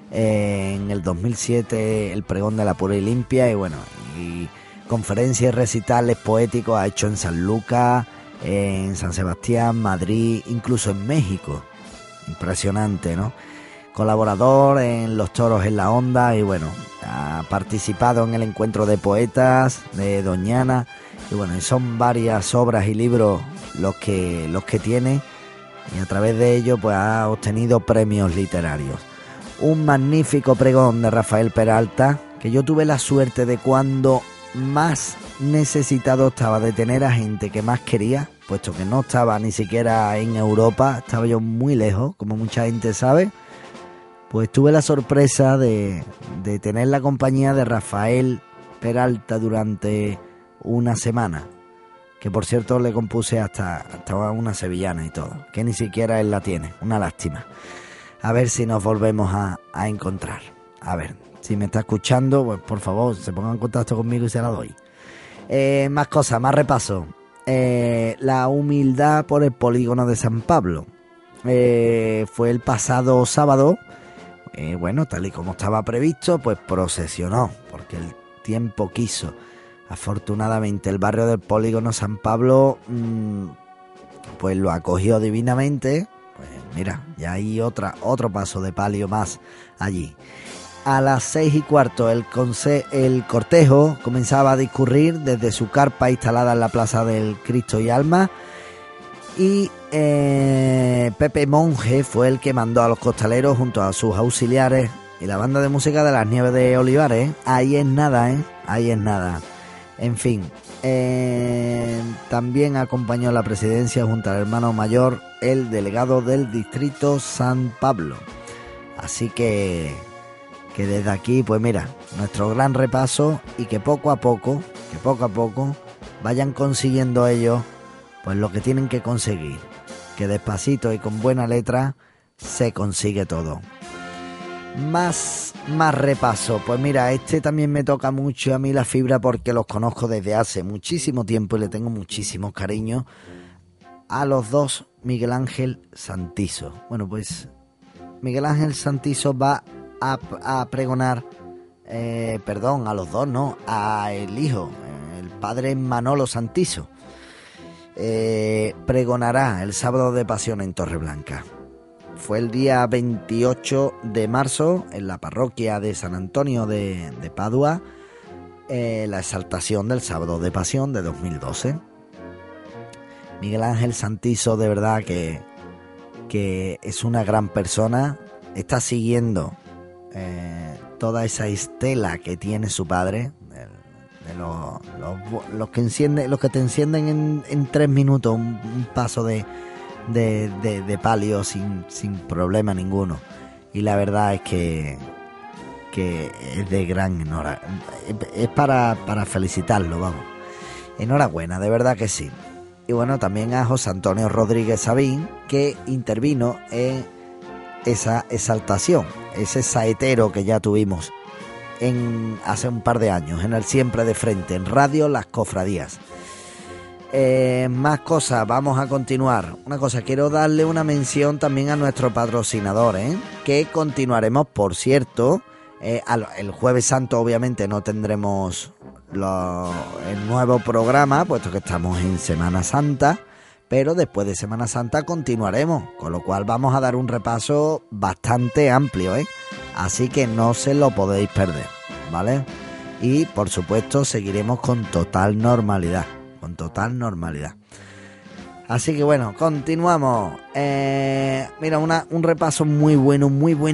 En el 2007 el pregón de la pura y limpia y conferencias y recitales poéticos ha hecho en San Lucas, en San Sebastián, Madrid, incluso en México. Impresionante, ¿no? Colaborador en Los Toros en la Onda y bueno, ha participado en el Encuentro de Poetas de Doñana y bueno, y son varias obras y libros los que tiene y a través de ello pues ha obtenido premios literarios. Un magnífico pregón de Rafael Peralta que yo tuve la suerte de cuando más necesitado estaba de tener a gente que más quería, puesto que no estaba ni siquiera en Europa, estaba yo muy lejos, como mucha gente sabe. Pues tuve la sorpresa de tener la compañía de Rafael Peralta durante una semana. Que por cierto le compuse hasta una sevillana y todo. Que ni siquiera él la tiene. Una lástima. A ver si nos volvemos a encontrar. A ver, si me está escuchando, pues por favor, se ponga en contacto conmigo y se la doy. Más cosas, más repaso. La humildad por el polígono de San Pablo. Fue el pasado sábado. Bueno, tal y como estaba previsto, pues procesionó, porque el tiempo quiso. Afortunadamente el barrio del Polígono San Pablo pues lo acogió divinamente. Pues mira, ya hay otro paso de palio más allí. A las 6:15 el cortejo comenzaba a discurrir desde su carpa instalada en la Plaza del Cristo y Alma. Y Pepe Monge fue el que mandó a los costaleros junto a sus auxiliares y la banda de música de las Nieves de Olivares. Ahí es nada, ahí es nada. En fin, también acompañó la presidencia junto al hermano mayor el delegado del distrito San Pablo. Así que desde aquí, pues mira, nuestro gran repaso y que poco a poco vayan consiguiendo ellos pues lo que tienen que conseguir, que despacito y con buena letra se consigue todo. Más repaso, pues mira, este también me toca mucho a mí la fibra porque los conozco desde hace muchísimo tiempo y le tengo muchísimo cariño a los dos Miguel Ángel Santiso. Bueno, pues Miguel Ángel Santiso va a pregonar, a los dos, no, a el hijo, el padre Manolo Santiso. Pregonará el sábado de Pasión en Torreblanca. Fue el día 28 de marzo en la parroquia de San Antonio de Padua, la exaltación del sábado de Pasión de 2012. Miguel Ángel Santiso, de verdad que es una gran persona, está siguiendo toda esa estela que tiene su padre, los que te encienden en 3 minutos un paso de palio sin problema ninguno. Y la verdad es que es de gran enhorabuena, es para felicitarlo, vamos. Enhorabuena, de verdad que sí. Y bueno, también a José Antonio Rodríguez Sabín, que intervino en esa exaltación, ese saetero que ya tuvimos hace un par de años, en el Siempre de Frente, en Radio Las Cofradías. Más cosas, vamos a continuar. Una cosa, quiero darle una mención también a nuestro patrocinador, que continuaremos, por cierto, el Jueves Santo obviamente no tendremos el nuevo programa, puesto que estamos en Semana Santa, pero después de Semana Santa continuaremos, con lo cual vamos a dar un repaso bastante amplio, así que no se lo podéis perder, ¿vale? Y por supuesto seguiremos con total normalidad. Así que bueno, continuamos. Mira, un repaso muy bueno.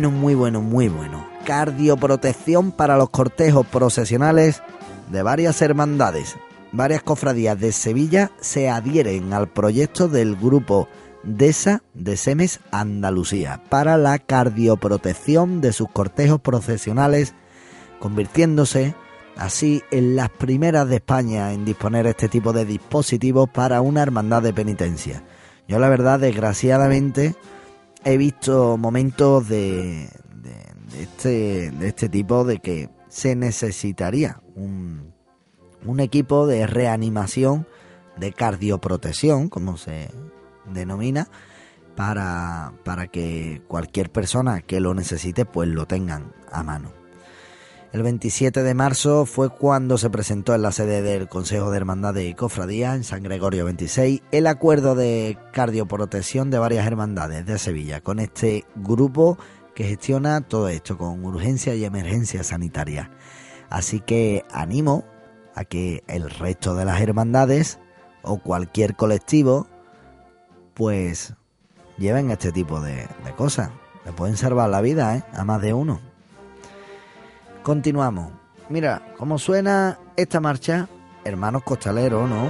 Cardioprotección para los cortejos procesionales de varias hermandades. Varias cofradías de Sevilla se adhieren al proyecto del grupo DESA de SEMES Andalucía para la cardioprotección de sus cortejos procesionales, convirtiéndose así en las primeras de España en disponer este tipo de dispositivos para una hermandad de penitencia. Yo la verdad, desgraciadamente, he visto momentos de este tipo de que se necesitaría un equipo de reanimación, de cardioprotección, como se denomina, para que cualquier persona que lo necesite pues lo tengan a mano. El 27 de marzo fue cuando se presentó en la sede del Consejo de Hermandades y Cofradías, en San Gregorio 26, el acuerdo de cardioprotección de varias hermandades de Sevilla, con este grupo que gestiona todo esto con urgencia y emergencia sanitaria. Así que animo a que el resto de las hermandades o cualquier colectivo pues lleven este tipo de cosas. Le pueden salvar la vida, a más de uno. Continuamos. Mira cómo suena esta marcha, Hermanos Costaleros, ¿no?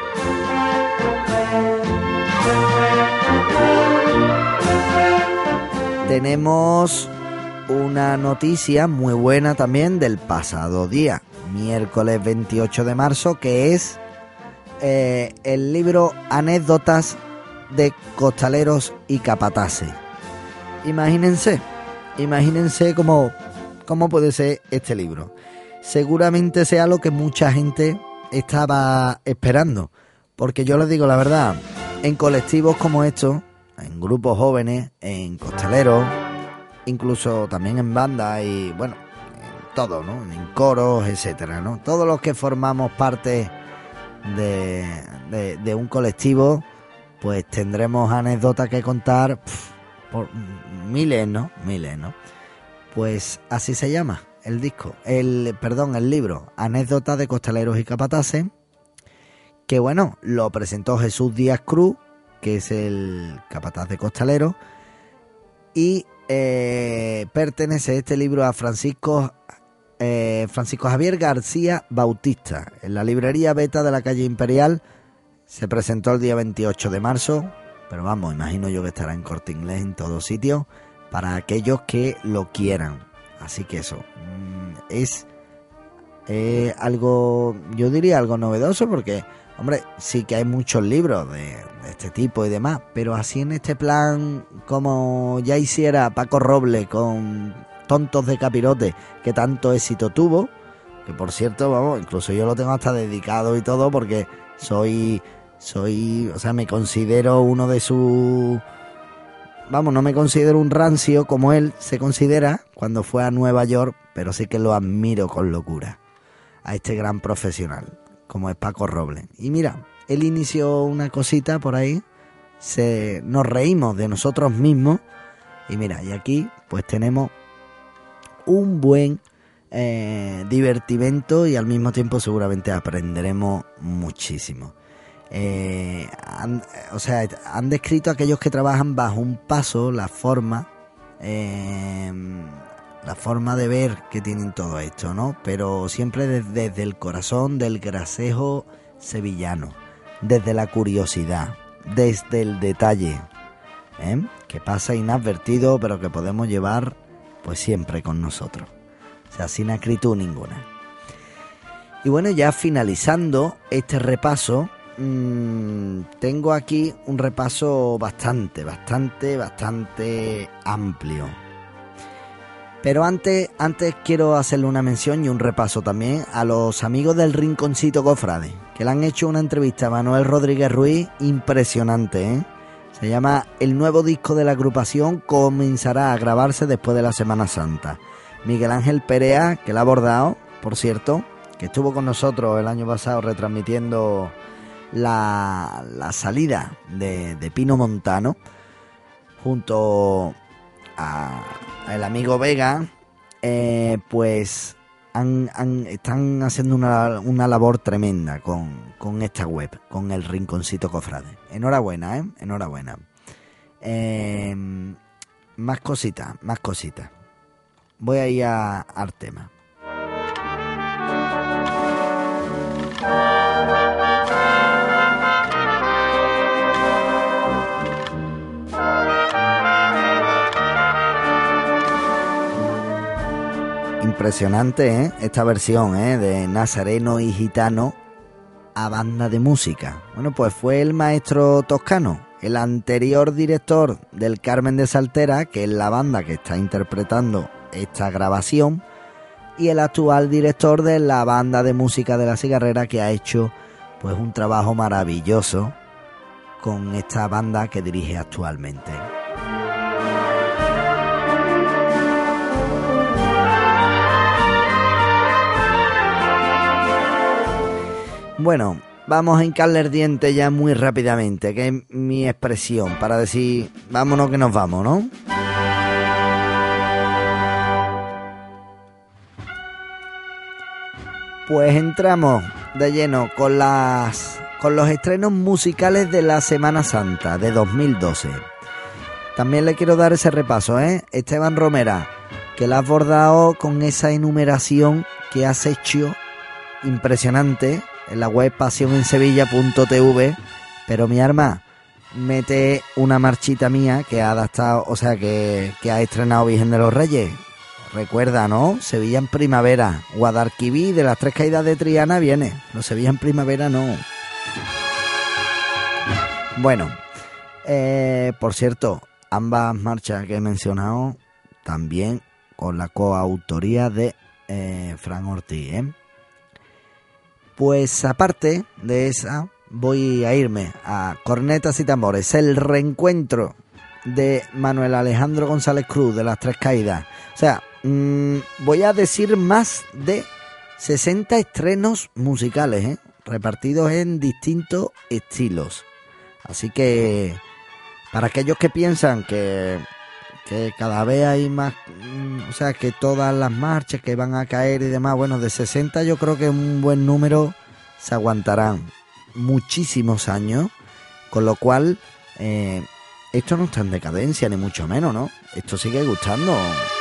Tenemos una noticia muy buena también del pasado día, miércoles 28 de marzo, que es el libro Anécdotas de Costaleros y Capataces. Imagínense cómo puede ser este libro. Seguramente sea lo que mucha gente estaba esperando, porque yo les digo la verdad, en colectivos como estos, en grupos jóvenes, en costaleros, incluso también en bandas y bueno, en todo, ¿no? En coros, etcétera, ¿no? Todos los que formamos parte de un colectivo, pues tendremos anécdotas que contar por miles, ¿no? Pues así se llama el disco, el libro, Anécdotas de Costaleros y Capataces, que bueno, lo presentó Jesús Díaz Cruz, que es el capataz de costaleros, y pertenece este libro a Francisco Javier García Bautista. En la librería Beta de la calle Imperial se presentó el día 28 de marzo, pero vamos, imagino yo que estará en Corte Inglés, en todos sitios, para aquellos que lo quieran. Así que eso es algo, yo diría algo novedoso, porque hombre, sí que hay muchos libros de este tipo y demás, pero así en este plan, como ya hiciera Paco Robles con Tontos de Capirote, que tanto éxito tuvo, que por cierto, vamos, incluso yo lo tengo hasta dedicado y todo, porque soy, o sea, me considero uno de sus... Vamos, no me considero un rancio como él se considera cuando fue a Nueva York, pero sí que lo admiro con locura a este gran profesional como es Paco Robles. Y mira, él inició una cosita por ahí, nos reímos de nosotros mismos, y mira, y aquí pues tenemos un buen divertimento, y al mismo tiempo seguramente aprenderemos muchísimo. Han descrito a aquellos que trabajan bajo un paso, la forma, la forma de ver que tienen todo esto, ¿no? Pero siempre desde el corazón del gracejo sevillano, desde la curiosidad, desde el detalle, que pasa inadvertido, pero que podemos llevar pues siempre con nosotros, o sea, sin acritud ninguna. Y bueno, ya finalizando este repaso, tengo aquí un repaso bastante amplio. Pero antes quiero hacerle una mención y un repaso también a los amigos del Rinconcito Cofrade, que le han hecho una entrevista a Manuel Rodríguez Ruiz impresionante, ¿eh? Se llama El nuevo disco de la agrupación comenzará a grabarse después de la Semana Santa. Miguel Ángel Perea, que la ha abordado, por cierto, que estuvo con nosotros el año pasado retransmitiendo la salida de Pino Montano, junto a el amigo Vega, pues están haciendo una labor tremenda con esta web, con el Rinconcito Cofrade. Enhorabuena, enhorabuena. Más cositas. Voy a ir al tema. Impresionante, esta versión, de Nazareno y Gitano a banda de música. Bueno, pues fue el maestro Toscano, el anterior director del Carmen de Saltera, que es la banda que está interpretando esta grabación, y el actual director de la banda de música de La Cigarrera, que ha hecho pues un trabajo maravilloso con esta banda que dirige actualmente. Bueno, vamos a hincarle el diente ya muy rápidamente, que es mi expresión para decir vámonos que nos vamos, ¿no? Pues entramos de lleno con los estrenos musicales de la Semana Santa de 2012. También le quiero dar ese repaso, Esteban Romera, que la has bordado con esa enumeración que has hecho impresionante en la web pasionensevilla.tv, pero mi arma, mete una marchita mía que ha adaptado, o sea, que ha estrenado Virgen de los Reyes. Recuerda, ¿no? Sevilla en primavera. Guadalquivir de las Tres Caídas de Triana viene, pero Sevilla en primavera no. Bueno, por cierto, ambas marchas que he mencionado también con la coautoría de Fran Ortiz, Pues aparte de esa, voy a irme a Cornetas y Tambores, el reencuentro de Manuel Alejandro González Cruz de las Tres Caídas. O sea, voy a decir más de 60 estrenos musicales, repartidos en distintos estilos. Así que, para aquellos que piensan que cada vez hay más, o sea, que todas las marchas que van a caer y demás, bueno, de 60 yo creo que un buen número se aguantarán muchísimos años, con lo cual esto no está en decadencia ni mucho menos, ¿no? Esto sigue gustando.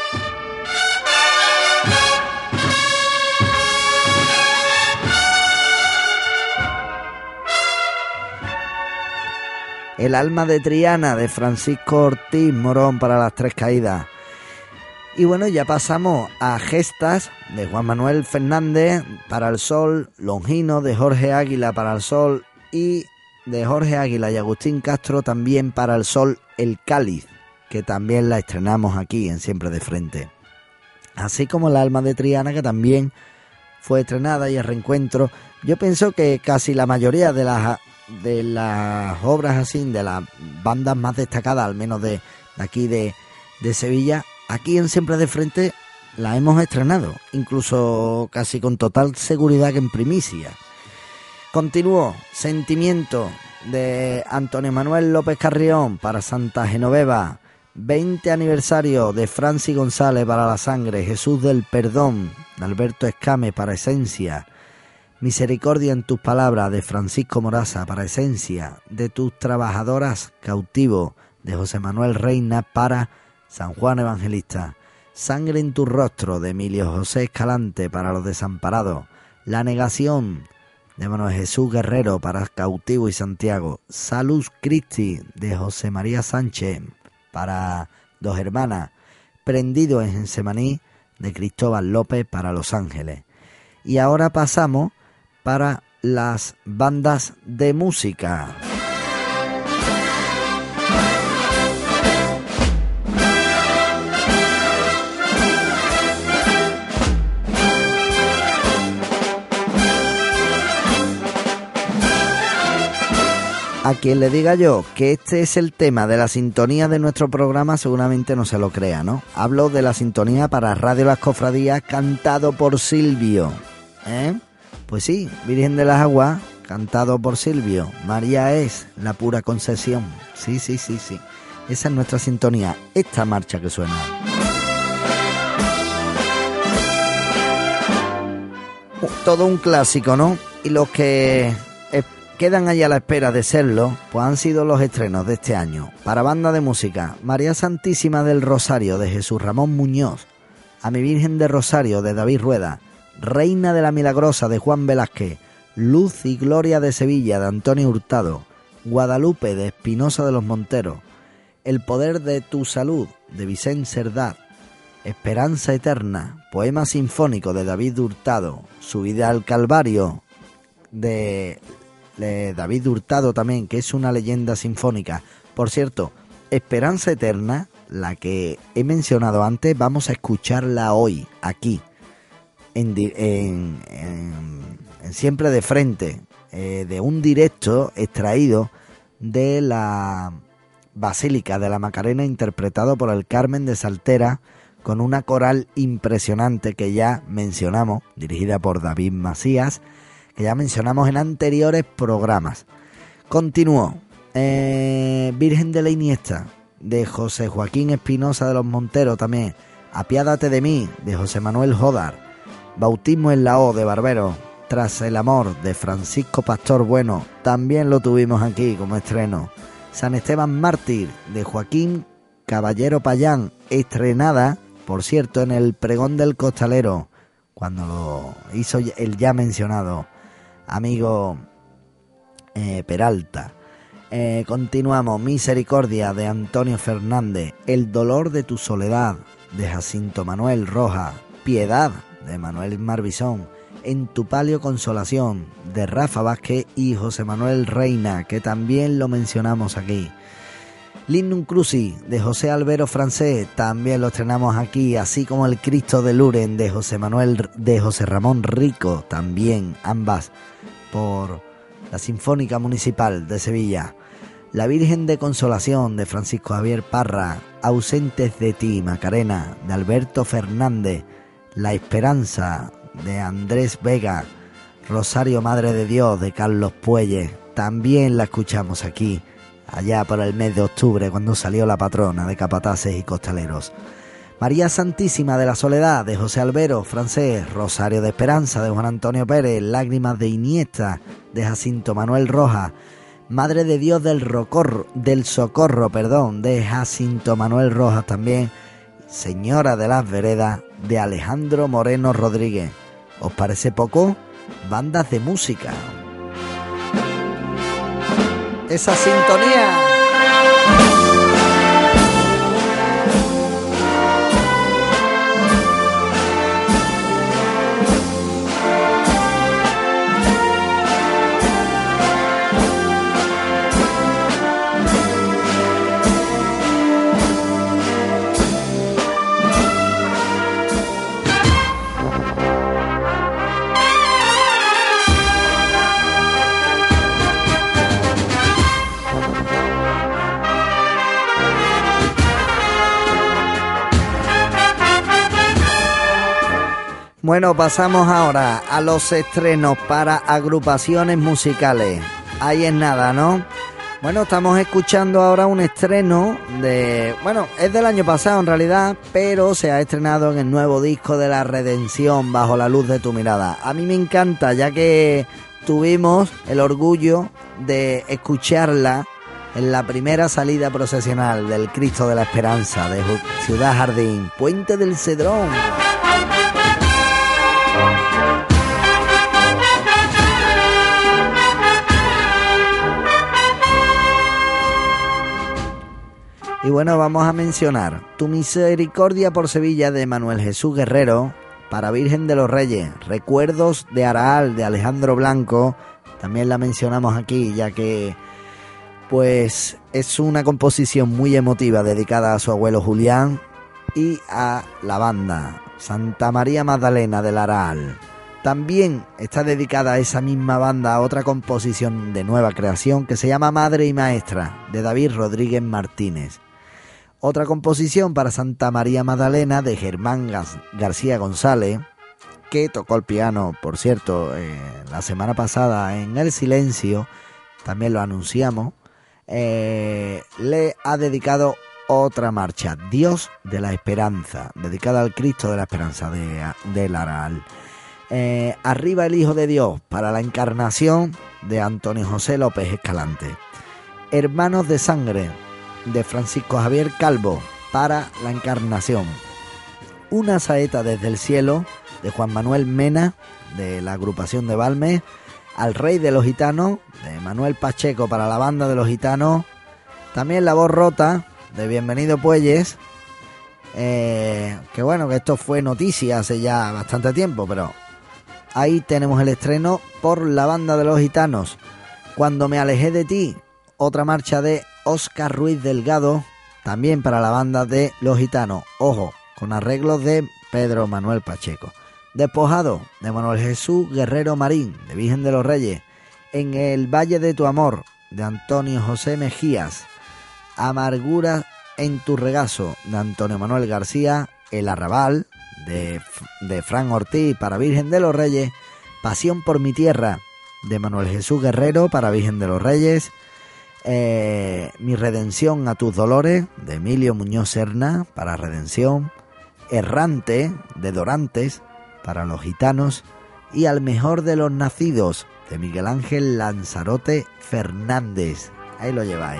El alma de Triana de Francisco Ortiz Morón para las Tres Caídas. Y bueno, ya pasamos a Gestas de Juan Manuel Fernández para el Sol, Longino de Jorge Águila para el Sol y de Jorge Águila y Agustín Castro también para el Sol, El Cáliz, que también la estrenamos aquí en Siempre de Frente. Así como el alma de Triana, que también fue estrenada, y el reencuentro. Yo pienso que casi la mayoría de las obras así, de las bandas más destacadas, al menos de aquí de Sevilla, aquí en Siempre de Frente la hemos estrenado, incluso casi con total seguridad que en primicia. Continuó Sentimiento de Antonio Manuel López Carrión para Santa Genoveva, 20 aniversario de Francis González para La Sangre, Jesús del Perdón de Alberto Escame para Esencia, Misericordia en tus palabras de Francisco Moraza para Esencia, de tus trabajadoras Cautivo de José Manuel Reina para San Juan Evangelista, Sangre en tu rostro, de Emilio José Escalante, para los desamparados. La negación, de Manuel Jesús Guerrero, para Cautivo y Santiago. Salus Christi, de José María Sánchez, para Dos Hermanas. Prendido en Getsemaní, de Cristóbal López, para Los Ángeles. Y ahora pasamos para las bandas de música. A quien le diga yo que este es el tema de la sintonía de nuestro programa, seguramente no se lo crea, ¿no? Hablo de la sintonía para Radio Las Cofradías, cantado por Silvio. Pues sí, Virgen de las Aguas, cantado por Silvio. María es la pura concesión. Sí. Esa es nuestra sintonía, esta marcha que suena. Todo un clásico, ¿no? Y los que quedan ahí a la espera de serlo, pues han sido los estrenos de este año. Para banda de música, María Santísima del Rosario, de Jesús Ramón Muñoz. A mi Virgen de Rosario, de David Rueda. Reina de la Milagrosa, de Juan Velázquez. Luz y Gloria de Sevilla, de Antonio Hurtado. Guadalupe, de Espinosa de los Monteros. El poder de tu salud, de Vicente Cerdá. Esperanza eterna, poema sinfónico, de David Hurtado. Subida al Calvario, de David Hurtado también, que es una leyenda sinfónica. Por cierto, Esperanza Eterna, la que he mencionado antes, vamos a escucharla hoy, aquí, en Siempre de Frente, de un directo extraído de la Basílica de la Macarena, interpretado por el Carmen de Saltera, con una coral impresionante que ya mencionamos, dirigida por David Macías, que ya mencionamos en anteriores programas. Continuó Virgen de la Iniesta, de José Joaquín Espinosa de los Monteros también. Apiádate de mí, de José Manuel Jodar. Bautismo en la O, de Barbero. Tras el amor, de Francisco Pastor Bueno, también lo tuvimos aquí como estreno. San Esteban Mártir, de Joaquín Caballero Payán, estrenada, por cierto, en el Pregón del Costalero, cuando lo hizo el ya mencionado amigo Peralta. Continuamos. Misericordia, de Antonio Fernández. El dolor de tu soledad, de Jacinto Manuel Rojas. Piedad, de Manuel Marbizón. En tu palio consolación, de Rafa Vázquez y José Manuel Reina, que también lo mencionamos aquí. Lignum Crucis, de José Albero Francés, también lo estrenamos aquí, así como El Cristo de Luren, de José Ramón Rico, también, ambas por la Sinfónica Municipal de Sevilla. La Virgen de Consolación, de Francisco Javier Parra. Ausentes de ti, Macarena, de Alberto Fernández. La Esperanza, de Andrés Vega. Rosario Madre de Dios, de Carlos Puelles, también la escuchamos aquí, allá por el mes de octubre, cuando salió la patrona de capataces y costaleros. María Santísima de la Soledad, de José Albero Francés. Rosario de Esperanza, de Juan Antonio Pérez. Lágrimas de Iniesta, de Jacinto Manuel Rojas. Madre de Dios del Socorro, de Jacinto Manuel Rojas también. Señora de las Veredas, de Alejandro Moreno Rodríguez. ¿Os parece poco? Bandas de música. Esa sintonía. Bueno, pasamos ahora a los estrenos para agrupaciones musicales. Ahí es nada, ¿no? Bueno, estamos escuchando ahora un estreno de... Bueno, es del año pasado en realidad, pero se ha estrenado en el nuevo disco de La Redención, Bajo la Luz de tu Mirada. A mí me encanta, ya que tuvimos el orgullo de escucharla en la primera salida procesional del Cristo de la Esperanza de Ciudad Jardín, Puente del Cedrón. Y bueno, vamos a mencionar Tu misericordia por Sevilla de Manuel Jesús Guerrero, para Virgen de los Reyes, Recuerdos de Araal de Alejandro Blanco, también la mencionamos aquí ya que pues es una composición muy emotiva dedicada a su abuelo Julián y a la banda Santa María Magdalena del Araal. También está dedicada a esa misma banda a otra composición de nueva creación que se llama Madre y Maestra de David Rodríguez Martínez. Otra composición para Santa María Magdalena de Germán García González, que tocó el piano, por cierto, la semana pasada en El Silencio, también lo anunciamos. Le ha dedicado otra marcha, Dios de la Esperanza, dedicada al Cristo de la Esperanza del Araal. Arriba el Hijo de Dios, para la Encarnación de Antonio José López Escalante. Hermanos de Sangre de Francisco Javier Calvo, para la Encarnación. Una saeta desde el cielo de Juan Manuel Mena, de la agrupación de Balmes. Al Rey de los Gitanos de Manuel Pacheco, para la banda de los Gitanos. También La Voz Rota de Bienvenido Puelles, que bueno, que esto fue noticia hace ya bastante tiempo, pero ahí tenemos el estreno por la banda de los Gitanos. Cuando me alejé de ti, otra marcha de Óscar Ruiz Delgado, también para la banda de los Gitanos, ojo, con arreglos de Pedro Manuel Pacheco. Despojado de Manuel Jesús Guerrero Marín, de Virgen de los Reyes. En el Valle de tu Amor, de Antonio José Mejías. Amargura en tu regazo, de Antonio Manuel García. El Arrabal, de Fran Ortiz, para Virgen de los Reyes. Pasión por mi tierra, de Manuel Jesús Guerrero, para Virgen de los Reyes. Mi redención a tus dolores, de Emilio Muñoz Serna, para Redención. Errante, de Dorantes, para los Gitanos. Y Al mejor de los nacidos, de Miguel Ángel Lanzarote Fernández. Ahí lo lleváis.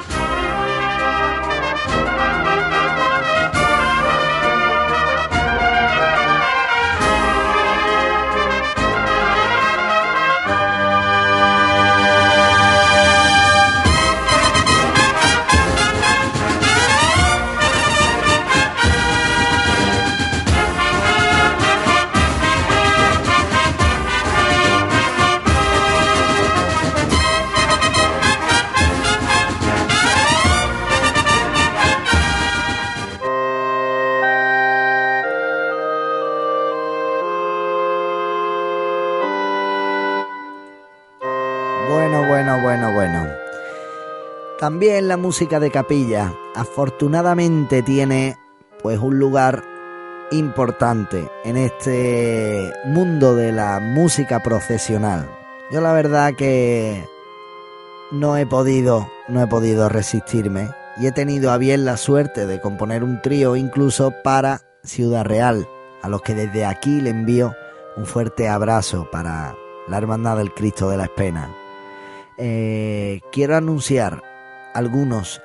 Bueno. También la música de capilla, afortunadamente, tiene pues un lugar importante en este mundo de la música procesional. Yo la verdad que no he podido resistirme y he tenido a bien la suerte de componer un trío incluso para Ciudad Real, a los que desde aquí le envío un fuerte abrazo para la Hermandad del Cristo de la Espena. Quiero anunciar algunos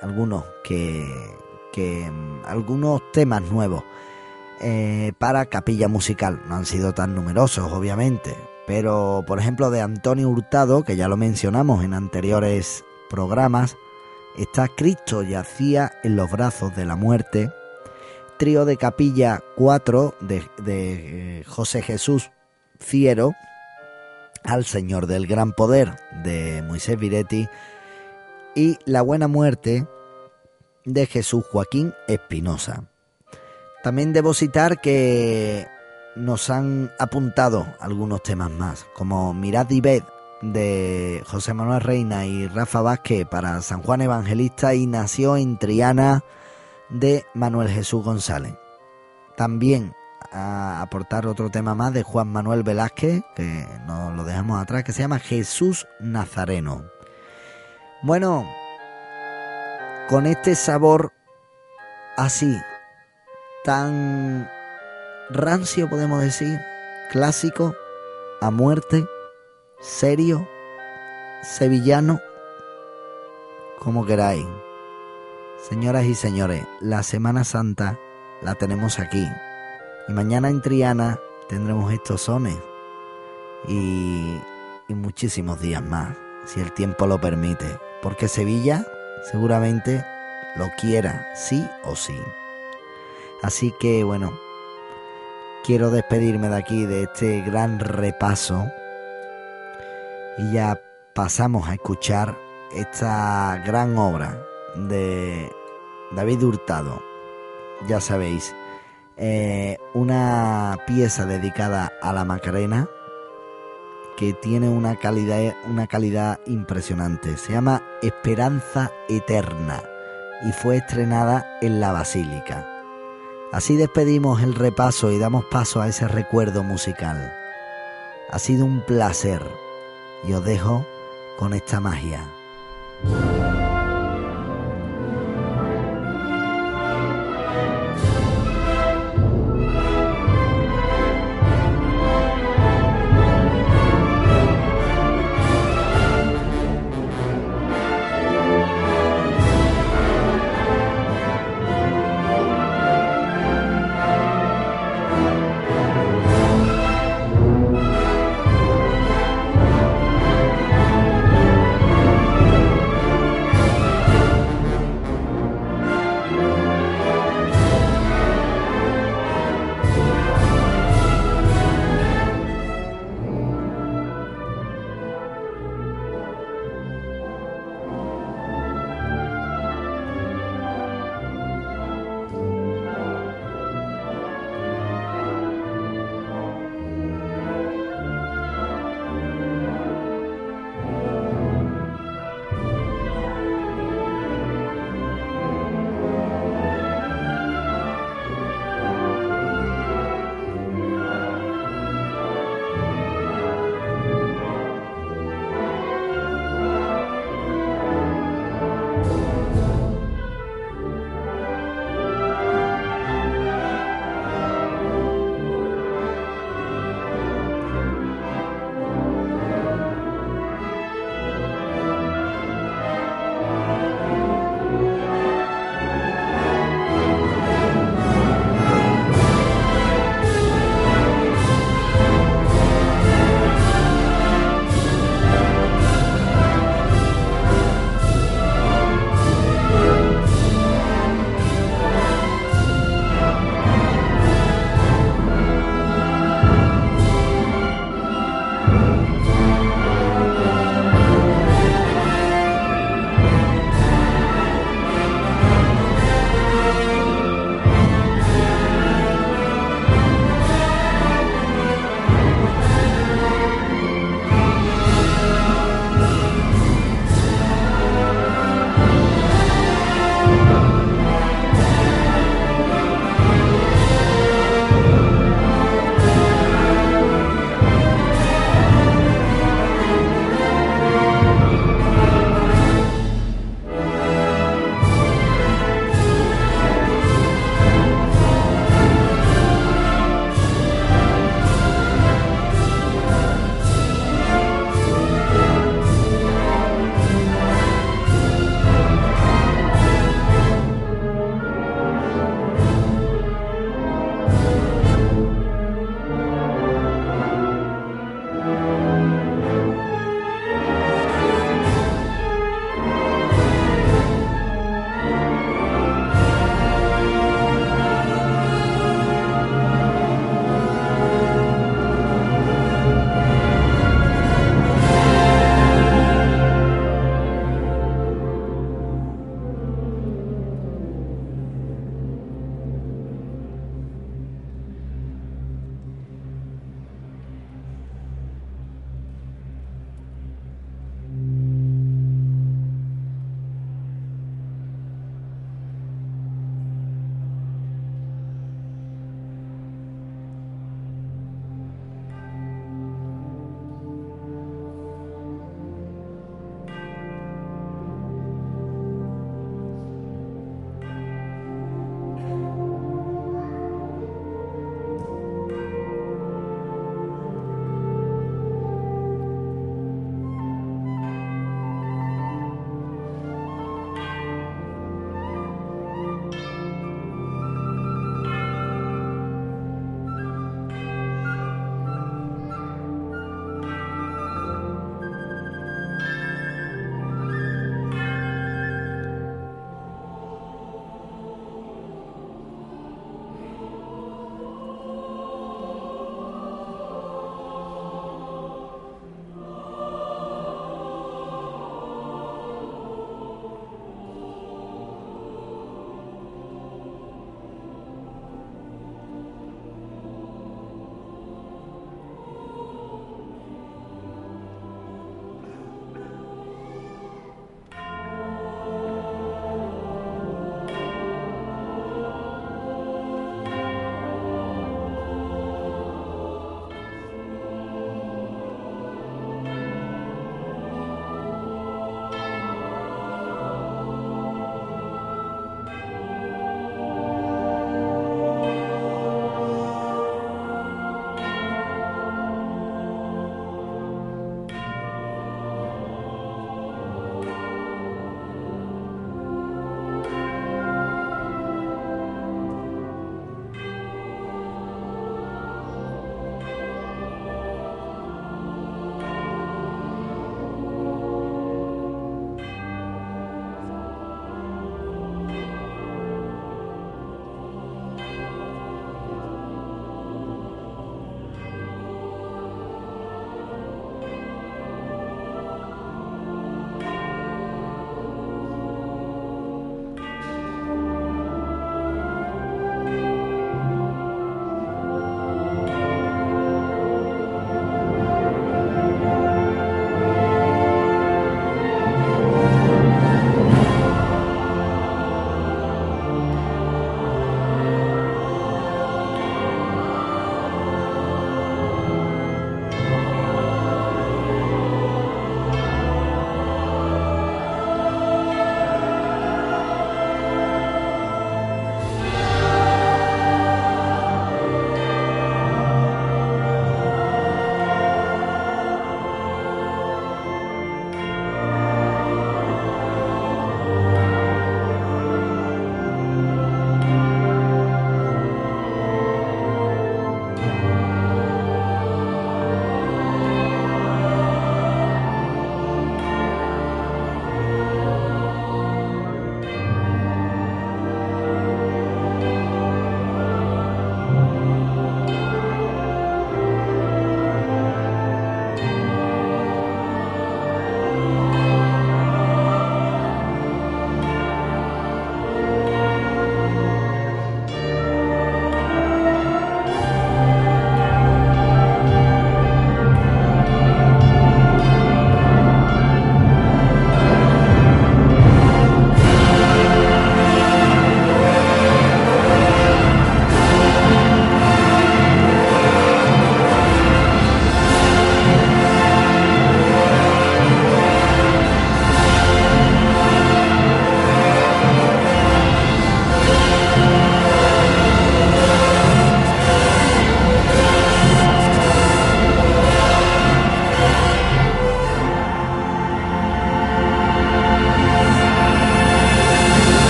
temas nuevos para capilla musical. No han sido tan numerosos, obviamente, pero por ejemplo de Antonio Hurtado, que ya lo mencionamos en anteriores programas, está Cristo yacía en los brazos de la muerte. Trío de capilla 4 de José Jesús Fiero, Al Señor del Gran Poder, de Moisés Viretti. Y La Buena Muerte, de Jesús Joaquín Espinosa. También debo citar que nos han apuntado algunos temas más, como Mirad y Ved, de José Manuel Reina y Rafa Vázquez, para San Juan Evangelista, y Nació en Triana, de Manuel Jesús González. También a aportar otro tema más de Juan Manuel Velázquez, que no lo dejamos atrás, que se llama Jesús Nazareno. Bueno, con este sabor así, tan rancio podemos decir, clásico, a muerte, serio, sevillano, como queráis. Señoras y señores, la Semana Santa la tenemos aquí. Y mañana en Triana tendremos estos sones. Y muchísimos días más, si el tiempo lo permite. Porque Sevilla seguramente lo quiera, sí o sí. Así que bueno, quiero despedirme de aquí, de este gran repaso. Y ya pasamos a escuchar esta gran obra de David Hurtado. Ya sabéis, una pieza dedicada a la Macarena que tiene una calidad impresionante. Se llama Esperanza Eterna y fue estrenada en la Basílica. Así despedimos el repaso y damos paso a ese recuerdo musical. Ha sido un placer y os dejo con esta magia.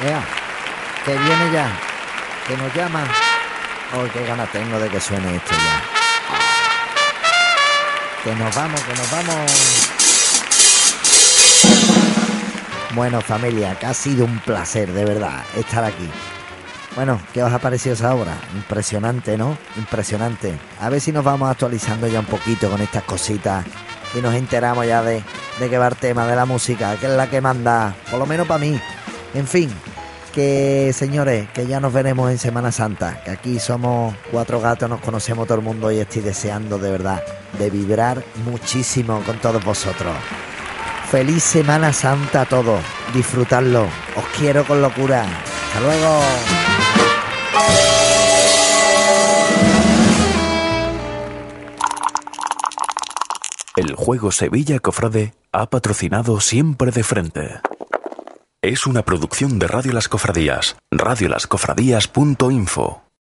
Ea, que viene ya, que nos llama. Oh, qué ganas tengo de que suene esto ya. Que nos vamos. Bueno, familia, que ha sido un placer, de verdad, estar aquí. Bueno, ¿qué os ha parecido esa obra? Impresionante, ¿no? Impresionante. A ver si nos vamos actualizando ya un poquito con estas cositas y nos enteramos ya de qué va el tema de la música, que es la que manda, por lo menos para mí. En fin, que señores, que ya nos veremos en Semana Santa, que aquí somos 4 gatos, nos conocemos todo el mundo y estoy deseando de verdad de vibrar muchísimo con todos vosotros. Feliz Semana Santa a todos, disfrutadlo, os quiero con locura. Hasta luego. El Juego Sevilla Cofrade ha patrocinado Siempre de Frente. Es una producción de Radio Las Cofradías, radiolascofradías.info.